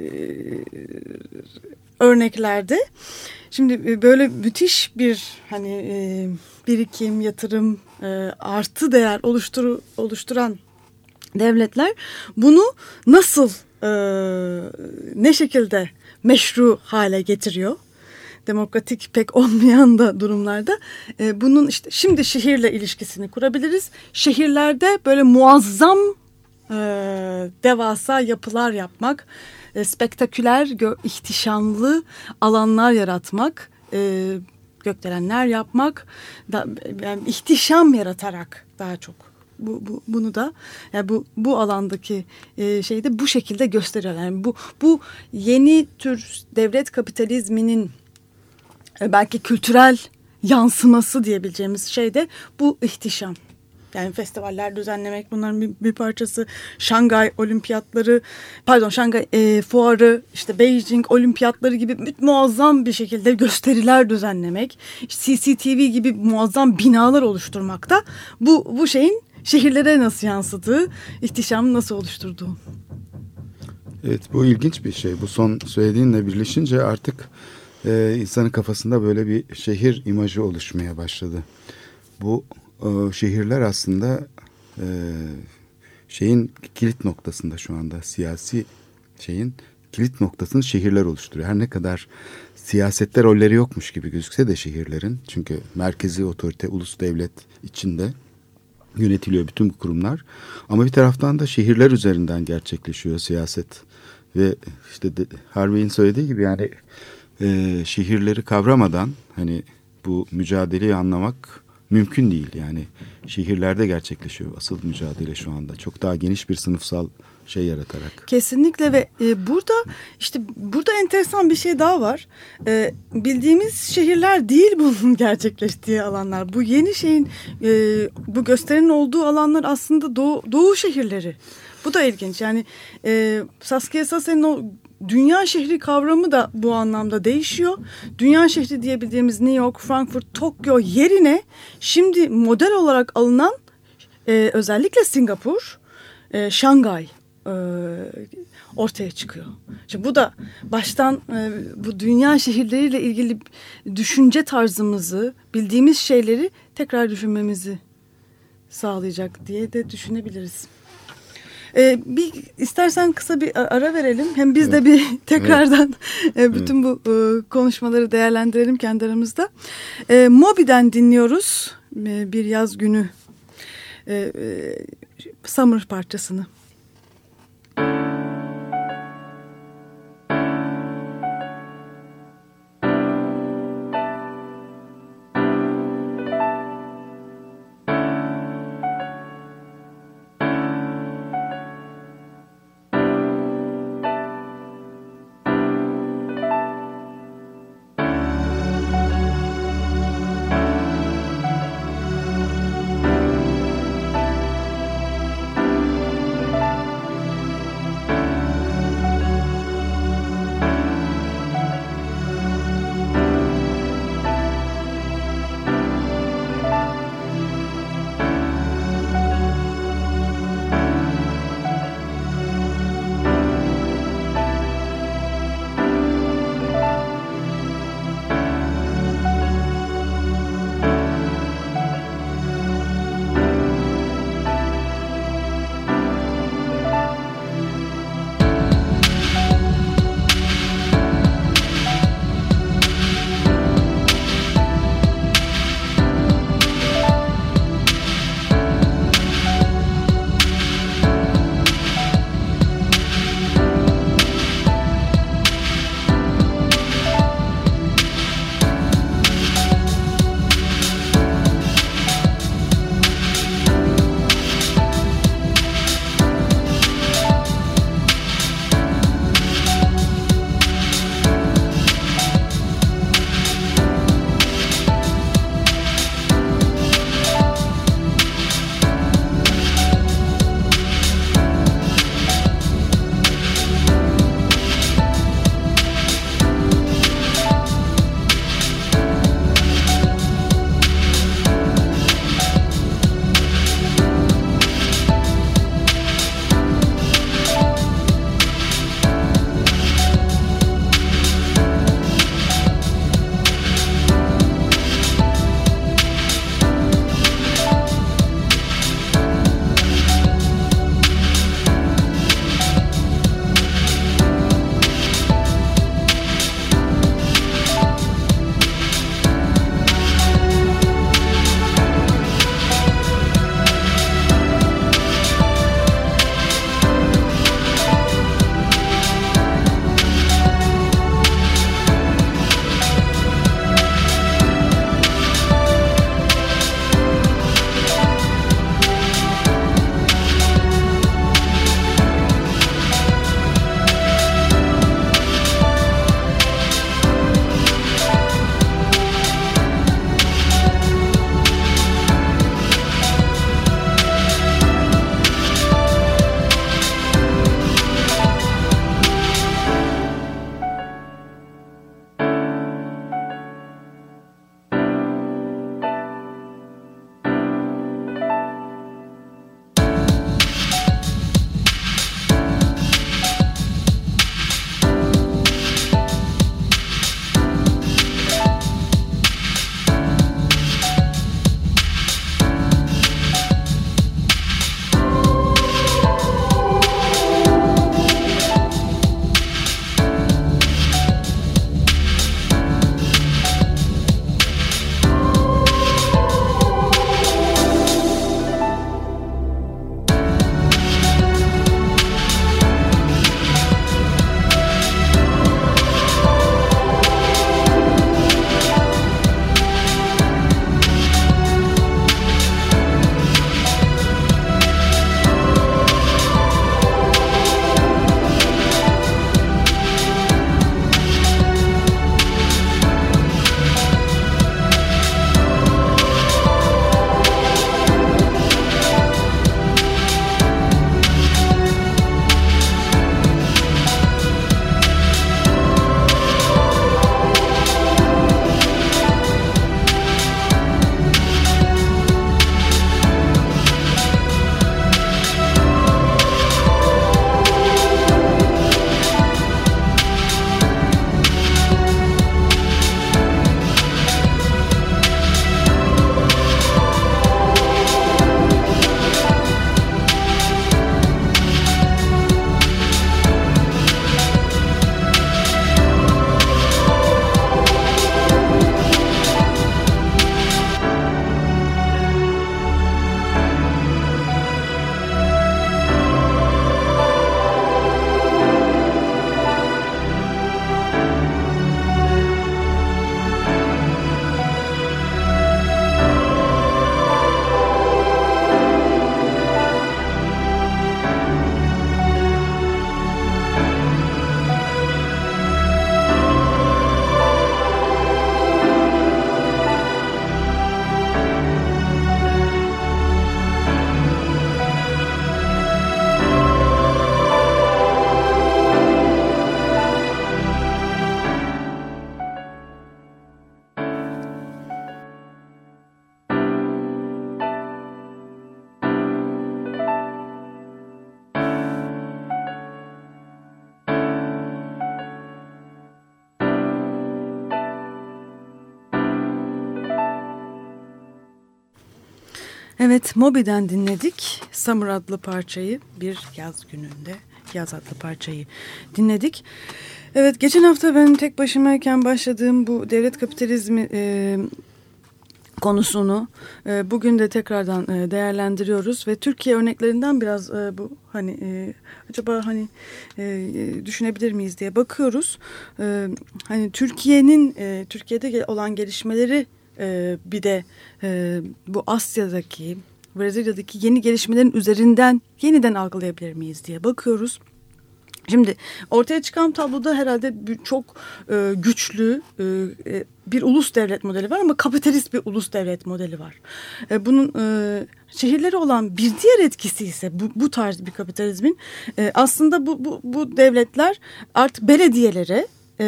örneklerde şimdi böyle müthiş bir hani e, birikim, yatırım, e, artı değer oluştur, oluşturan devletler bunu nasıl e, ne şekilde meşru hale getiriyor? Demokratik pek olmayan da durumlarda e, bunun işte şimdi şehirle ilişkisini kurabiliriz. Şehirlerde böyle muazzam e, devasa yapılar yapmak, e, spektaküler, gö- ihtişamlı alanlar yaratmak, e, gökdelenler yapmak, da, yani ihtişam yaratarak daha çok. Bu, bu bunu da yani bu bu alandaki e, şeyi de bu şekilde gösteriyor. Yani bu bu yeni tür devlet kapitalizminin e, belki kültürel yansıması diyebileceğimiz şey de bu ihtişam. Yani festivaller düzenlemek bunların bir, bir parçası. Şangay Olimpiyatları, pardon Şangay e, Fuarı, işte Beijing Olimpiyatları gibi muazzam bir şekilde gösteriler düzenlemek, C C T V gibi muazzam binalar oluşturmak da bu bu şeyin şehirlere nasıl yansıdığı, ihtişamı nasıl oluşturduğu. Evet, bu ilginç bir şey. Bu son söylediğinle birleşince artık e, insanın kafasında böyle bir şehir imajı oluşmaya başladı. Bu e, şehirler aslında e, şeyin kilit noktasında şu anda, siyasi şeyin kilit noktasını şehirler oluşturuyor. Her ne kadar siyasette rolleri yokmuş gibi gözükse de şehirlerin, çünkü merkezi otorite, ulus devlet içinde yönetiliyor bütün bu kurumlar. Ama bir taraftan da şehirler üzerinden gerçekleşiyor siyaset. Ve işte de, Harvey'in söylediği gibi yani e, şehirleri kavramadan hani bu mücadeleyi anlamak mümkün değil. Yani şehirlerde gerçekleşiyor asıl mücadele şu anda. Çok daha geniş bir sınıfsal şey yaratarak. Kesinlikle ve e, burada işte burada enteresan bir şey daha var. E, bildiğimiz şehirler değil bunun gerçekleştiği alanlar. Bu yeni şeyin e, bu gösterinin olduğu alanlar aslında doğu, doğu şehirleri. Bu da ilginç. Yani e, Saskia Sassen'in o dünya şehri kavramı da bu anlamda değişiyor. Dünya şehri diyebildiğimiz New York, Frankfurt, Tokyo yerine şimdi model olarak alınan e, özellikle Singapur, e, Şangay e, ortaya çıkıyor. Şimdi bu da baştan e, bu dünya şehirleriyle ilgili düşünce tarzımızı, bildiğimiz şeyleri tekrar düşünmemizi sağlayacak diye de düşünebiliriz. Ee, bir istersen kısa bir ara verelim. Hem biz evet. de bir tekrardan evet. bütün bu e, konuşmaları değerlendirelim kendi aramızda. E, Moby'den dinliyoruz e, bir yaz günü e, e, Summer parçasını. Evet, Moby'den dinledik. Summer adlı parçayı, bir yaz gününde yaz adlı parçayı dinledik. Evet, geçen hafta ben tek başımayken başladığım bu devlet kapitalizmi e, konusunu e, bugün de tekrardan e, değerlendiriyoruz ve Türkiye örneklerinden biraz e, bu hani e, acaba hani e, düşünebilir miyiz diye bakıyoruz. E, hani Türkiye'nin e, Türkiye'de olan gelişmeleri e, bir de e, bu Asya'daki, Brezilya'daki yeni gelişmelerin üzerinden yeniden algılayabilir miyiz diye bakıyoruz. Şimdi ortaya çıkan tabloda herhalde çok e, güçlü e, bir ulus devlet modeli var ama kapitalist bir ulus devlet modeli var. E, bunun e, şehirleri olan bir diğer etkisi ise bu, bu tarz bir kapitalizmin e, aslında bu, bu, bu devletler artık belediyelere e,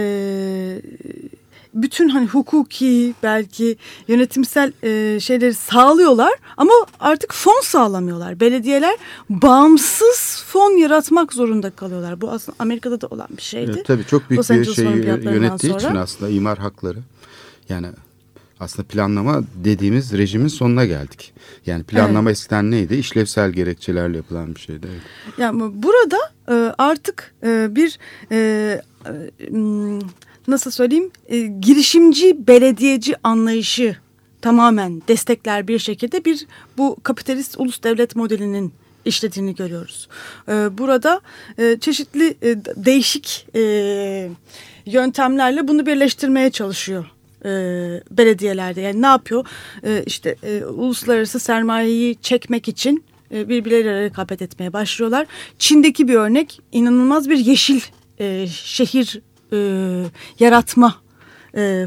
bütün hani hukuki belki yönetimsel e, şeyleri sağlıyorlar ama artık fon sağlamıyorlar. Belediyeler bağımsız fon yaratmak zorunda kalıyorlar. Bu aslında Amerika'da da olan bir şeydi. Evet, tabii çok büyük bir şeyi yönettiği sonra. için aslında imar hakları. Yani aslında planlama dediğimiz rejimin sonuna geldik. Yani planlama evet. eskiden neydi? İşlevsel gerekçelerle yapılan bir şeydi. Evet. Yani burada e, artık e, bir e, e, nasıl söyleyeyim e, girişimci belediyeci anlayışı tamamen destekler bir şekilde bir bu kapitalist ulus devlet modelinin işlediğini görüyoruz. E, burada e, çeşitli e, değişik e, yöntemlerle bunu birleştirmeye çalışıyor. E, belediyelerde yani ne yapıyor e, işte e, uluslararası sermayeyi çekmek için e, birbirleriyle rekabet etmeye başlıyorlar. Çin'deki bir örnek inanılmaz bir yeşil e, şehir e, yaratma e, e,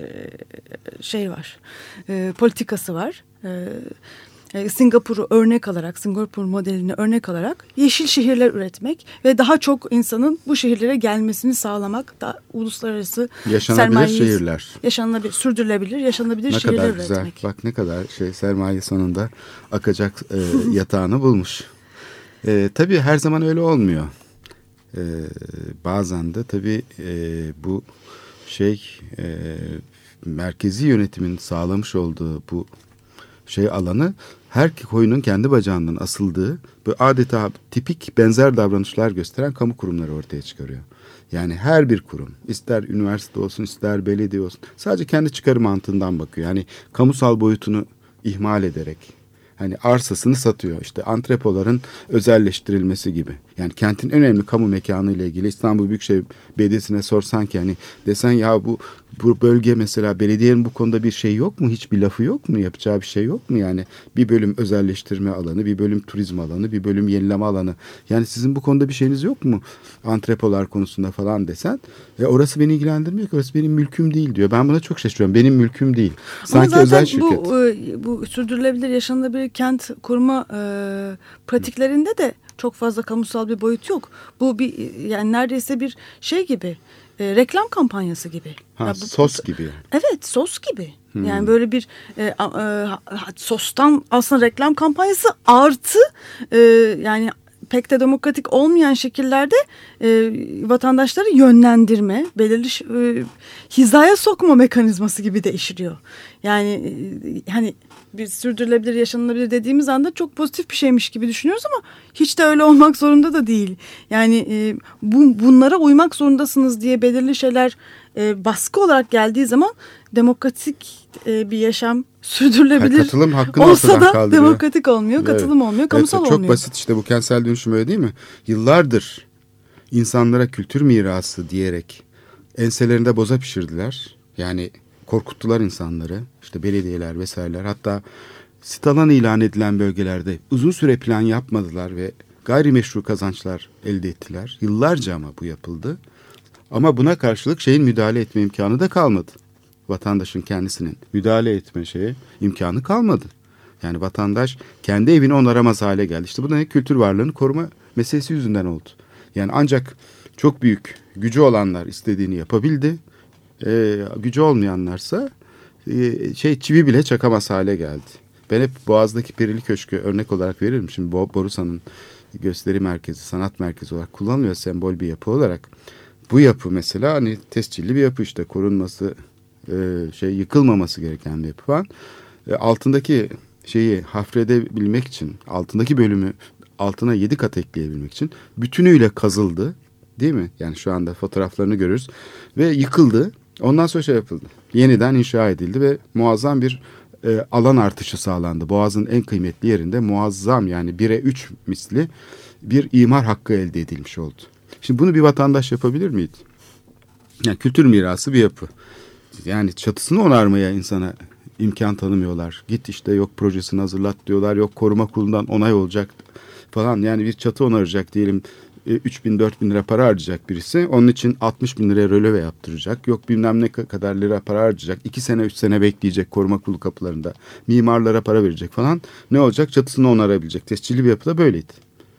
şey var e, politikası var. E, Singapur'u örnek alarak, Singapur modelini örnek alarak yeşil şehirler üretmek ve daha çok insanın bu şehirlere gelmesini sağlamak, da uluslararası yaşanabilir şehirler, yaşanabilir, sürdürülebilir, yaşanabilir ne şehirler kadar üretmek. Güzel. Bak ne kadar şey sermaye sonunda akacak e, yatağını bulmuş. E, tabii her zaman öyle olmuyor. E, bazen de tabii e, bu şey e, merkezi yönetimin sağlamış olduğu bu şey alanı her koyunun kendi bacağından asıldığı böyle adeta tipik benzer davranışlar gösteren kamu kurumları ortaya çıkarıyor. Yani her bir kurum ister üniversite olsun ister belediye olsun sadece kendi çıkarı mantığından bakıyor. Yani kamusal boyutunu ihmal ederek hani arsasını satıyor. İşte antrepoların özelleştirilmesi gibi. Yani kentin önemli kamu mekanı ile ilgili İstanbul Büyükşehir Belediyesi'ne sorsan ki hani desen ya bu bu bölge mesela belediyenin bu konuda bir şey yok mu? Hiçbir lafı yok mu? Yapacağı bir şey yok mu? Yani bir bölüm özelleştirme alanı, bir bölüm turizm alanı, bir bölüm yenileme alanı. Yani sizin bu konuda bir şeyiniz yok mu? Antrepolar konusunda falan desen. E orası beni ilgilendirmiyor ki. Orası benim mülküm değil diyor. Ben buna çok şaşırıyorum. Benim mülküm değil. Sanki özel şirket. Bu, bu sürdürülebilir, yaşanabilir kent kurma e, pratiklerinde de çok fazla kamusal bir boyut yok. Bu bir yani neredeyse bir şey gibi. E, reklam kampanyası gibi. Ha, ya bu, sos gibi. Evet, sos gibi. Hmm. Yani böyle bir e, e, sostan aslında reklam kampanyası artı e, yani pek de demokratik olmayan şekillerde e, vatandaşları yönlendirme, belirli e, hizaya sokma mekanizması gibi de işliyor. Yani e, hani biz sürdürülebilir, yaşanılabilir dediğimiz anda çok pozitif bir şeymiş gibi düşünüyoruz ama hiç de öyle olmak zorunda da değil. Yani e, bu, bunlara uymak zorundasınız diye belirli şeyler e, baskı olarak geldiği zaman demokratik e, bir yaşam sürdürülebilir yani katılım hakkını olsa da kaldırıyor. Demokratik olmuyor, katılım evet. olmuyor, kamusal evet, çok olmuyor. Çok basit işte bu kentsel dönüşüm öyle değil mi? Yıllardır insanlara kültür mirası diyerek enselerinde boza pişirdiler. Yani korkuttular insanları. İşte belediyeler vesaireler. Hatta sit alan ilan edilen bölgelerde uzun süre plan yapmadılar ve gayrimeşru kazançlar elde ettiler. Yıllarca ama bu yapıldı. Ama buna karşılık şeyin müdahale etme imkanı da kalmadı. Vatandaşın kendisinin müdahale etme şeye imkanı kalmadı. Yani vatandaş kendi evini onaramaz hale geldi. İşte bu da kültür varlığını koruma meselesi yüzünden oldu. Yani ancak çok büyük gücü olanlar istediğini yapabildi. Ee, gücü olmayanlarsa e, şey çivi bile çakamaz hale geldi. Ben hep Boğaz'daki Perili Köşkü örnek olarak veririm. Şimdi Borusan'ın gösteri merkezi, sanat merkezi olarak kullanılıyor sembol bir yapı olarak. Bu yapı mesela hani tescilli bir yapı işte korunması, e, şey yıkılmaması gereken bir yapı falan. E, altındaki şeyi hafredebilmek için, altındaki bölümü altına yedi kat ekleyebilmek için bütünüyle kazıldı. Değil mi? Yani şu anda fotoğraflarını görürüz. Ve yıkıldı. Ondan sonra şey yapıldı. Yeniden inşa edildi ve muazzam bir e, alan artışı sağlandı. Boğaz'ın en kıymetli yerinde muazzam, yani bire üç misli bir imar hakkı elde edilmiş oldu. Şimdi bunu bir vatandaş yapabilir miydi? Yani kültür mirası bir yapı. Yani çatısını onarmaya insana imkan tanımıyorlar. Git işte, yok projesini hazırlat diyorlar. Yok koruma kurulundan onay olacak falan. Yani bir çatı onaracak diyelim. üç bin dört bin lira para harcayacak birisi. Onun için altmış bin liraya röleve yaptıracak. Yok bilmem ne kadar lira para harcayacak. iki sene üç sene bekleyecek koruma kurulu kapılarında. Mimarlara para verecek falan. Ne olacak? Çatısını onarabilecek. Tescilli bir yapıda böyleydi.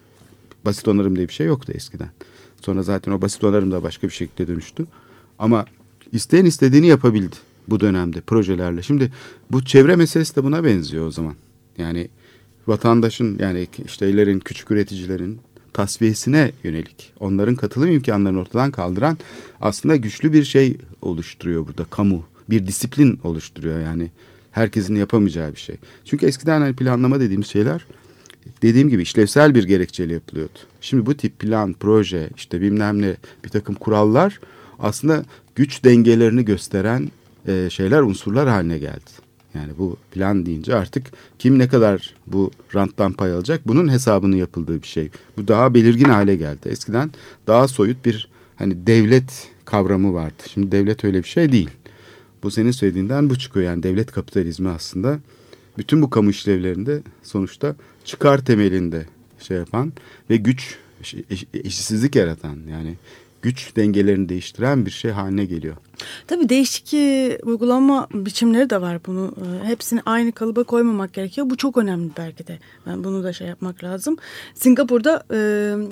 Basit onarım diye bir şey yoktu eskiden. Sonra zaten o basit onarım da başka bir şekilde dönüştü. Ama isteyen istediğini yapabildi bu dönemde projelerle. Şimdi bu çevre meselesi de buna benziyor o zaman. Yani vatandaşın, yani işteylerin, küçük üreticilerin tasfiyesine yönelik, onların katılım imkanlarını ortadan kaldıran aslında güçlü bir şey oluşturuyor burada. Kamu, bir disiplin oluşturuyor yani. Herkesin yapamayacağı bir şey. Çünkü eskiden hani planlama dediğimiz şeyler, dediğim gibi işlevsel bir gerekçeyle yapılıyordu. Şimdi bu tip plan, proje, işte bilmem ne, bir takım kurallar aslında güç dengelerini gösteren e, şeyler, unsurlar haline geldi. Yani bu plan deyince artık kim ne kadar bu ranttan pay alacak, bunun hesabının yapıldığı bir şey. Bu daha belirgin hale geldi. Eskiden daha soyut bir hani devlet kavramı vardı. Şimdi devlet öyle bir şey değil. Bu senin söylediğinden bu çıkıyor. Yani devlet kapitalizmi aslında bütün bu kamu işlevlerinde sonuçta çıkar temelinde şey yapan ve güç, eşitsizlik yaratan, yani güç dengelerini değiştiren bir şey haline geliyor. Tabii değişik e, uygulama biçimleri de var bunu. E, hepsini aynı kalıba koymamak gerekiyor. Bu çok önemli belki de. Yani bunu da şey yapmak lazım. Singapur'da e,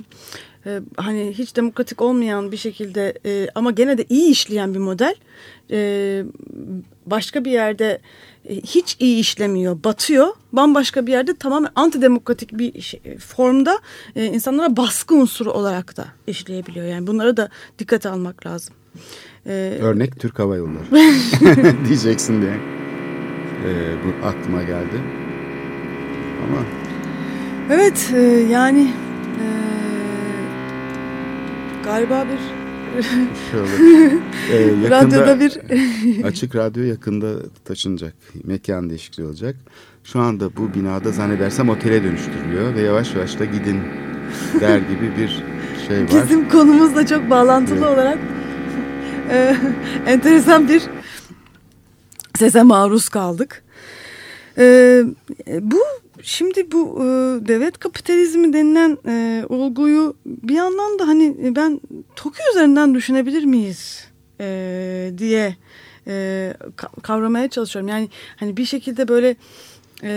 e, hani hiç demokratik olmayan bir şekilde e, ama gene de iyi işleyen bir model. E, başka bir yerde e, hiç iyi işlemiyor, batıyor. Bambaşka bir yerde tamamen antidemokratik bir şey, formda e, insanlara baskı unsuru olarak da işleyebiliyor. Yani bunlara da dikkate almak lazım. Ee, Örnek Türk Hava Yolları diyeceksin diye ee, bu aklıma geldi. Ama evet e, yani e, galiba bir ee, yakında, radyoda bir açık radyo yakında taşınacak, mekan değişikliği olacak. Şu anda bu binada zannedersem otele dönüştürülüyor ve yavaş yavaş da gidin der gibi bir şey var. Bizim konumuzla çok bağlantılı evet. olarak e, enteresan bir sese maruz kaldık. E, bu şimdi bu e, devlet kapitalizmi denilen e, olguyu bir yandan da hani ben Tokyo üzerinden düşünebilir miyiz e, diye e, kavramaya çalışıyorum. Yani hani bir şekilde böyle e,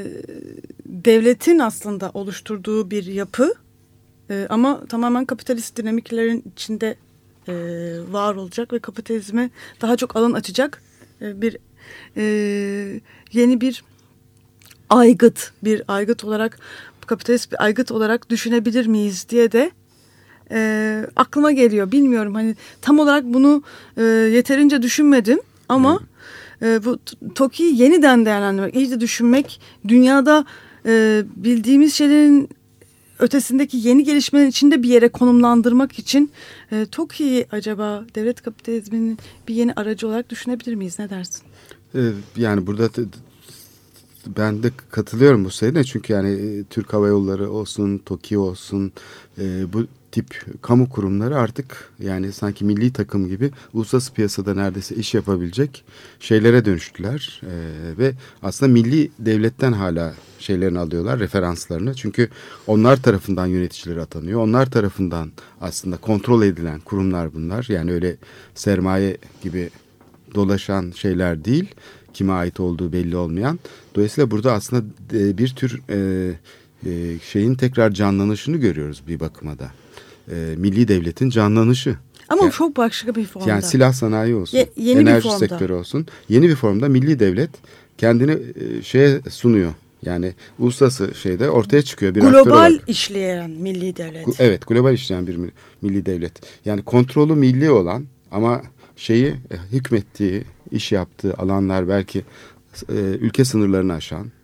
devletin aslında oluşturduğu bir yapı e, ama tamamen kapitalist dinamiklerin içinde e, var olacak ve kapitalizme daha çok alan açacak e, bir e, yeni bir aygıt, bir aygıt olarak, kapitalist bir aygıt olarak düşünebilir miyiz diye de e, aklıma geliyor. Bilmiyorum, hani tam olarak bunu e, yeterince düşünmedim ama e, bu TOKİ'yi yeniden değerlendirmek, iyice düşünmek, dünyada e, bildiğimiz şeylerin ötesindeki yeni gelişmelerin içinde bir yere konumlandırmak için e, TOKİ'yi acaba devlet kapitalizminin bir yeni aracı olarak düşünebilir miyiz? Ne dersin? Ee, yani burada ben de katılıyorum bu sayede, çünkü yani e, Türk Hava Yolları olsun, TOKİ olsun, e, bu tip kamu kurumları artık yani sanki milli takım gibi uluslararası piyasada neredeyse iş yapabilecek şeylere dönüştüler. E, ve aslında milli devletten hala şeylerini alıyorlar, referanslarını. Çünkü onlar tarafından yöneticileri atanıyor. Onlar tarafından aslında kontrol edilen kurumlar bunlar. Yani öyle sermaye gibi dolaşan şeyler değil, kime ait olduğu belli olmayan. Dolayısıyla burada aslında bir tür e, e, şeyin tekrar canlanışını görüyoruz bir bakıma da. E, milli devletin canlanışı. Ama yani, çok başka bir formda. Yani silah sanayi olsun, Ye, yeni enerji bir sektörü olsun. Yeni bir formda milli devlet kendini e, şeye sunuyor. Yani uluslararası şeyde ortaya çıkıyor bir aktör olarak. Global işleyen milli devlet. Evet, global işleyen bir milli devlet. Yani kontrolü milli olan ama şeyi e, hükmettiği, iş yaptığı alanlar belki e, ülke sınırlarını aşan,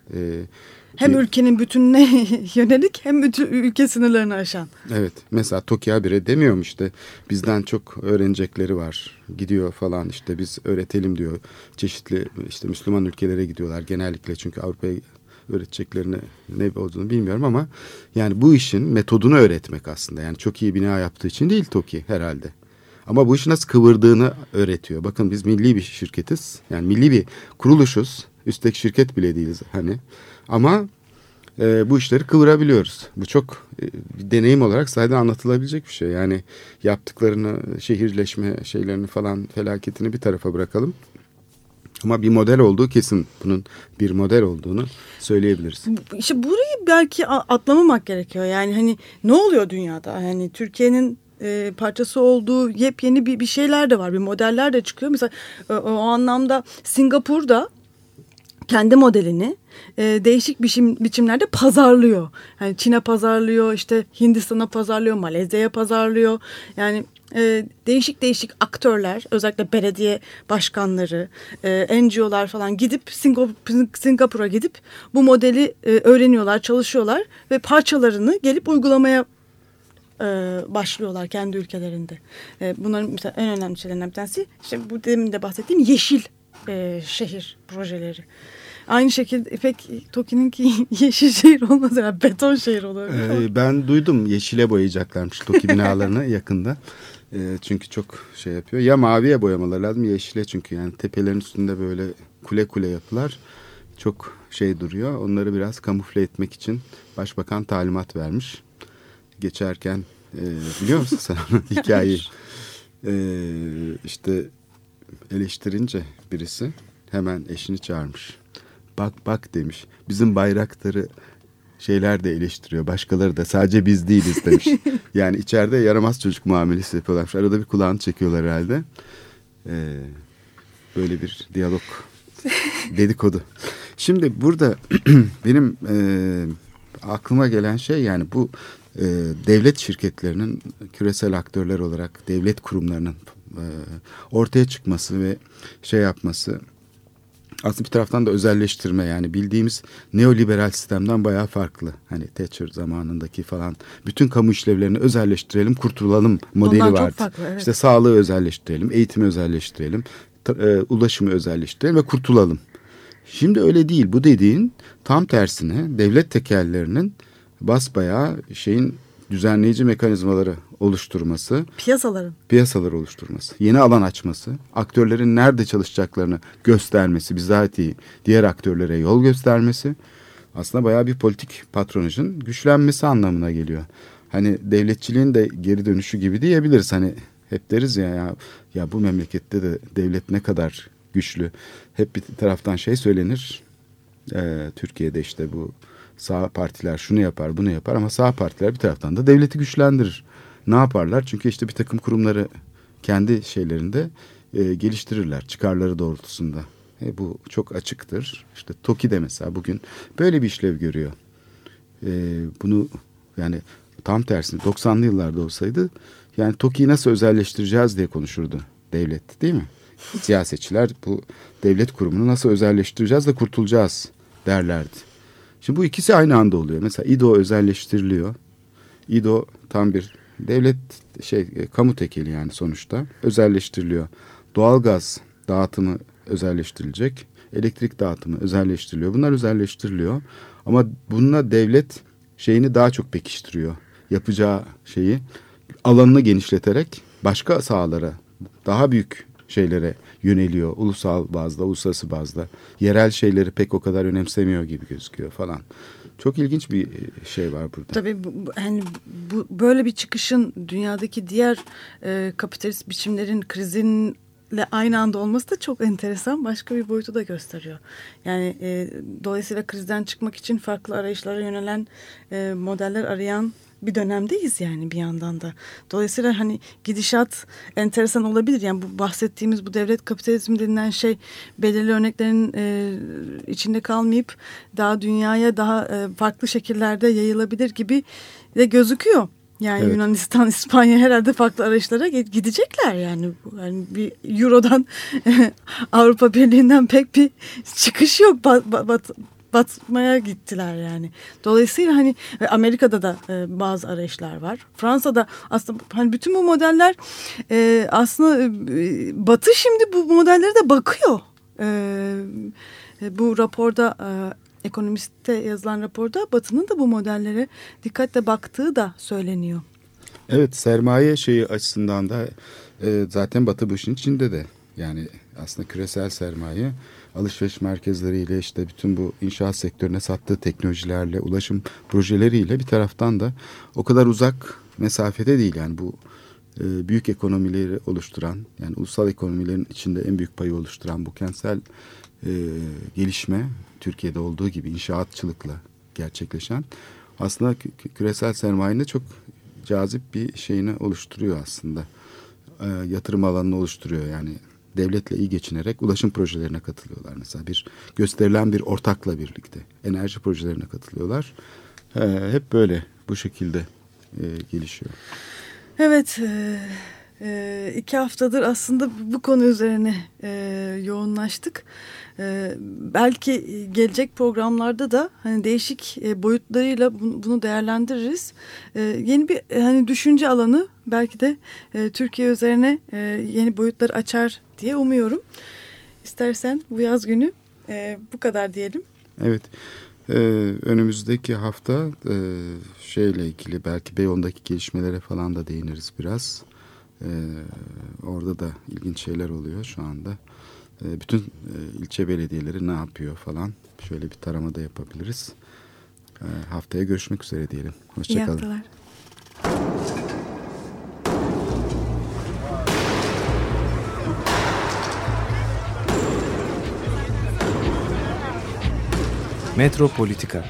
E, hem bir, ülkenin bütününe yönelik hem ülke sınırlarını aşan. Evet, mesela TOKİ habire demiyorum işte bizden çok öğrenecekleri var, gidiyor falan, işte biz öğretelim diyor. Çeşitli işte Müslüman ülkelere gidiyorlar genellikle, çünkü Avrupa'ya öğreteceklerini ne olduğunu bilmiyorum ama yani bu işin metodunu öğretmek aslında. Yani çok iyi bina yaptığı için değil TOKİ herhalde. Ama bu işi nasıl kıvırdığını öğretiyor. Bakın biz milli bir şirketiz. Yani milli bir kuruluşuz. Üstelik şirket bile değiliz hani. Ama e, bu işleri kıvırabiliyoruz. Bu çok e, bir deneyim olarak zaten anlatılabilecek bir şey. Yani yaptıklarını, şehirleşme şeylerini falan, felaketini bir tarafa bırakalım. Ama bir model olduğu kesin. Bunun bir model olduğunu söyleyebiliriz. İşte burayı belki atlamamak gerekiyor. Yani hani ne oluyor dünyada? Yani Türkiye'nin e, parçası olduğu yepyeni bir, bir şeyler de var. Bir modeller de çıkıyor. Mesela o, o anlamda Singapur'da kendi modelini e, değişik biçim, biçimlerde pazarlıyor. Yani Çin'e pazarlıyor, işte Hindistan'a pazarlıyor, Malezya'ya pazarlıyor. Yani e, değişik değişik aktörler, özellikle belediye başkanları, e, N G O'lar falan gidip Singapur, Singapur'a gidip bu modeli e, öğreniyorlar, çalışıyorlar ve parçalarını gelip uygulamaya e, başlıyorlar kendi ülkelerinde. E, bunların mesela en önemli şeylerinden bir tanesi, işte bu demin de bahsettiğim yeşil e, şehir projeleri. Aynı şekilde pek TOKİ'ninki yeşil şehir olmaz, yani beton şehir olur. Ee, ben duydum yeşile boyayacaklarmış TOKİ binalarını yakında. E, çünkü çok şey yapıyor. Ya maviye boyamaları lazım ya yeşile, çünkü yani tepelerin üstünde böyle kule kule yapılar çok şey duruyor. Onları biraz kamufle etmek için başbakan talimat vermiş. Geçerken e, biliyor musun sen hikayeyi? E, işte eleştirince birisi hemen eşini çağırmış. Bak bak demiş. Bizim bayrakları şeyler de eleştiriyor. Başkaları da, sadece biz değiliz demiş. Yani içeride yaramaz çocuk muamelesi yapıyorlarmış. Arada bir kulağını çekiyorlar herhalde. Ee, böyle bir diyalog, dedikodu. Şimdi burada benim e, aklıma gelen şey, yani bu e, devlet şirketlerinin küresel aktörler olarak devlet kurumlarının e, ortaya çıkması ve şey yapması, aslında bir taraftan da özelleştirme, yani bildiğimiz neoliberal sistemden bayağı farklı. Hani Thatcher zamanındaki falan bütün kamu işlevlerini özelleştirelim, kurtulalım modeli Ondan vardı. çok farklı, evet. İşte sağlığı özelleştirelim, eğitimi özelleştirelim, e, ulaşımı özelleştirelim ve kurtulalım. Şimdi öyle değil. Bu dediğin tam tersine devlet tekellerinin basbayağı şeyin düzenleyici mekanizmaları oluşturması, piyasaların piyasaları oluşturması, yeni alan açması, aktörlerin nerede çalışacaklarını göstermesi, bizatihi diğer aktörlere yol göstermesi, aslında bayağı bir politik patronajın güçlenmesi anlamına geliyor. Hani devletçiliğin de geri dönüşü gibi diyebiliriz. Hani hep deriz ya, ya, ya bu memlekette de devlet ne kadar güçlü. Hep bir taraftan şey söylenir, ee, Türkiye'de işte bu sağ partiler şunu yapar, bunu yapar, ama sağ partiler bir taraftan da devleti güçlendirir. Ne yaparlar? Çünkü işte bir takım kurumları kendi şeylerinde e, geliştirirler, çıkarları doğrultusunda. E, bu çok açıktır. İşte TOKİ de mesela bugün böyle bir işlev görüyor. E, bunu yani tam tersine doksanlı yıllarda olsaydı, yani TOKİ'yi nasıl özelleştireceğiz diye konuşurdu devlet, değil mi? Siyasetçiler bu devlet kurumunu nasıl özelleştireceğiz de kurtulacağız derlerdi. Şimdi bu ikisi aynı anda oluyor. Mesela İDO özelleştiriliyor. İDO tam bir devlet şey kamu tekeli, yani sonuçta özelleştiriliyor. Doğalgaz dağıtımı özelleştirilecek. Elektrik dağıtımı özelleştiriliyor. Bunlar özelleştiriliyor. Ama bununla devlet şeyini daha çok pekiştiriyor. Yapacağı şeyi alanını genişleterek başka sahalara, daha büyük şeylere yöneliyor. Ulusal bazda, uluslararası bazda. Yerel şeyleri pek o kadar önemsemiyor gibi gözüküyor falan. Çok ilginç bir şey var burada. Tabii bu, yani bu böyle bir çıkışın dünyadaki diğer e, kapitalist biçimlerin krizinle aynı anda olması da çok enteresan. Başka bir boyutu da gösteriyor. Yani e, dolayısıyla krizden çıkmak için farklı arayışlara yönelen e, modeller arayan bir dönemdeyiz yani bir yandan da. Dolayısıyla hani gidişat enteresan olabilir. Yani bu bahsettiğimiz bu devlet kapitalizmi denilen şey belirli örneklerin e, içinde kalmayıp daha dünyaya daha e, farklı şekillerde yayılabilir gibi de gözüküyor. Yani evet. Yunanistan, İspanya herhalde farklı arayışlara gidecekler yani. Yani bir Euro'dan Avrupa Birliği'nden pek bir çıkış yok. Bat, bat, batmaya gittiler yani. Dolayısıyla hani Amerika'da da e, bazı arayışlar var. Fransa'da aslında hani bütün bu modeller e, aslında e, Batı şimdi bu modellere de bakıyor. E, bu raporda e, Ekonomist'te yazılan raporda Batı'nın da bu modellere dikkatle baktığı da söyleniyor. Evet, sermaye şeyi açısından da e, zaten Batı bu işin içinde de. Yani aslında küresel sermaye alışveriş merkezleriyle işte bütün bu inşaat sektörüne sattığı teknolojilerle, ulaşım projeleriyle bir taraftan da o kadar uzak mesafede değil. Yani bu e, büyük ekonomileri oluşturan, yani ulusal ekonomilerin içinde en büyük payı oluşturan bu kentsel e, gelişme, Türkiye'de olduğu gibi inşaatçılıkla gerçekleşen aslında küresel sermayenin çok cazip bir şeyini oluşturuyor aslında. E, yatırım alanını oluşturuyor yani. Devletle iyi geçinerek ulaşım projelerine katılıyorlar. Mesela bir gösterilen bir ortakla birlikte enerji projelerine katılıyorlar. Ee, hep böyle bu şekilde e, gelişiyor. Evet, e, e, iki haftadır aslında bu konu üzerine e, yoğunlaştık. E, belki gelecek programlarda da hani değişik e, boyutlarıyla bunu, bunu değerlendiririz. E, yeni bir e, hani düşünce alanı belki de e, Türkiye üzerine e, yeni boyutları açar diye umuyorum. İstersen bu yaz günü e, bu kadar diyelim. Evet. Ee, önümüzdeki hafta e, şeyle ilgili belki Beyoğlu'ndaki gelişmelere falan da değiniriz biraz. Ee, orada da ilginç şeyler oluyor şu anda. Ee, bütün e, ilçe belediyeleri ne yapıyor falan. Şöyle bir tarama da yapabiliriz. Ee, haftaya görüşmek üzere diyelim. Hoşça kalın. İyi haftalar. Metropolitika.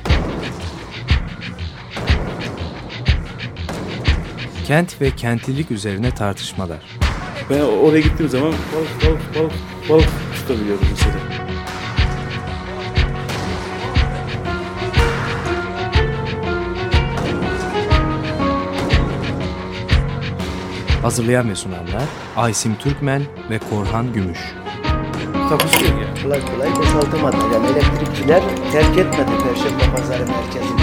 Kent ve kentlilik üzerine tartışmalar. Ben oraya gittiğim zaman balık balık balık balık tutabiliyorum mesela. Hazırlayan ve sunanlar Aysim Türkmen ve Korhan Gümüş. Takusuyor yani. Kolay kolay boşaltamadı. Yani elektrikçiler terk etmedi Perşembe Pazarı merkezini.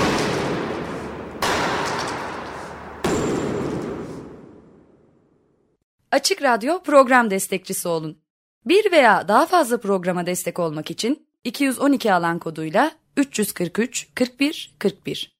Açık Radyo program destekçisi olun. Bir veya daha fazla programa destek olmak için iki yüz on iki alan koduyla üç yüz kırk üç kırk bir kırk bir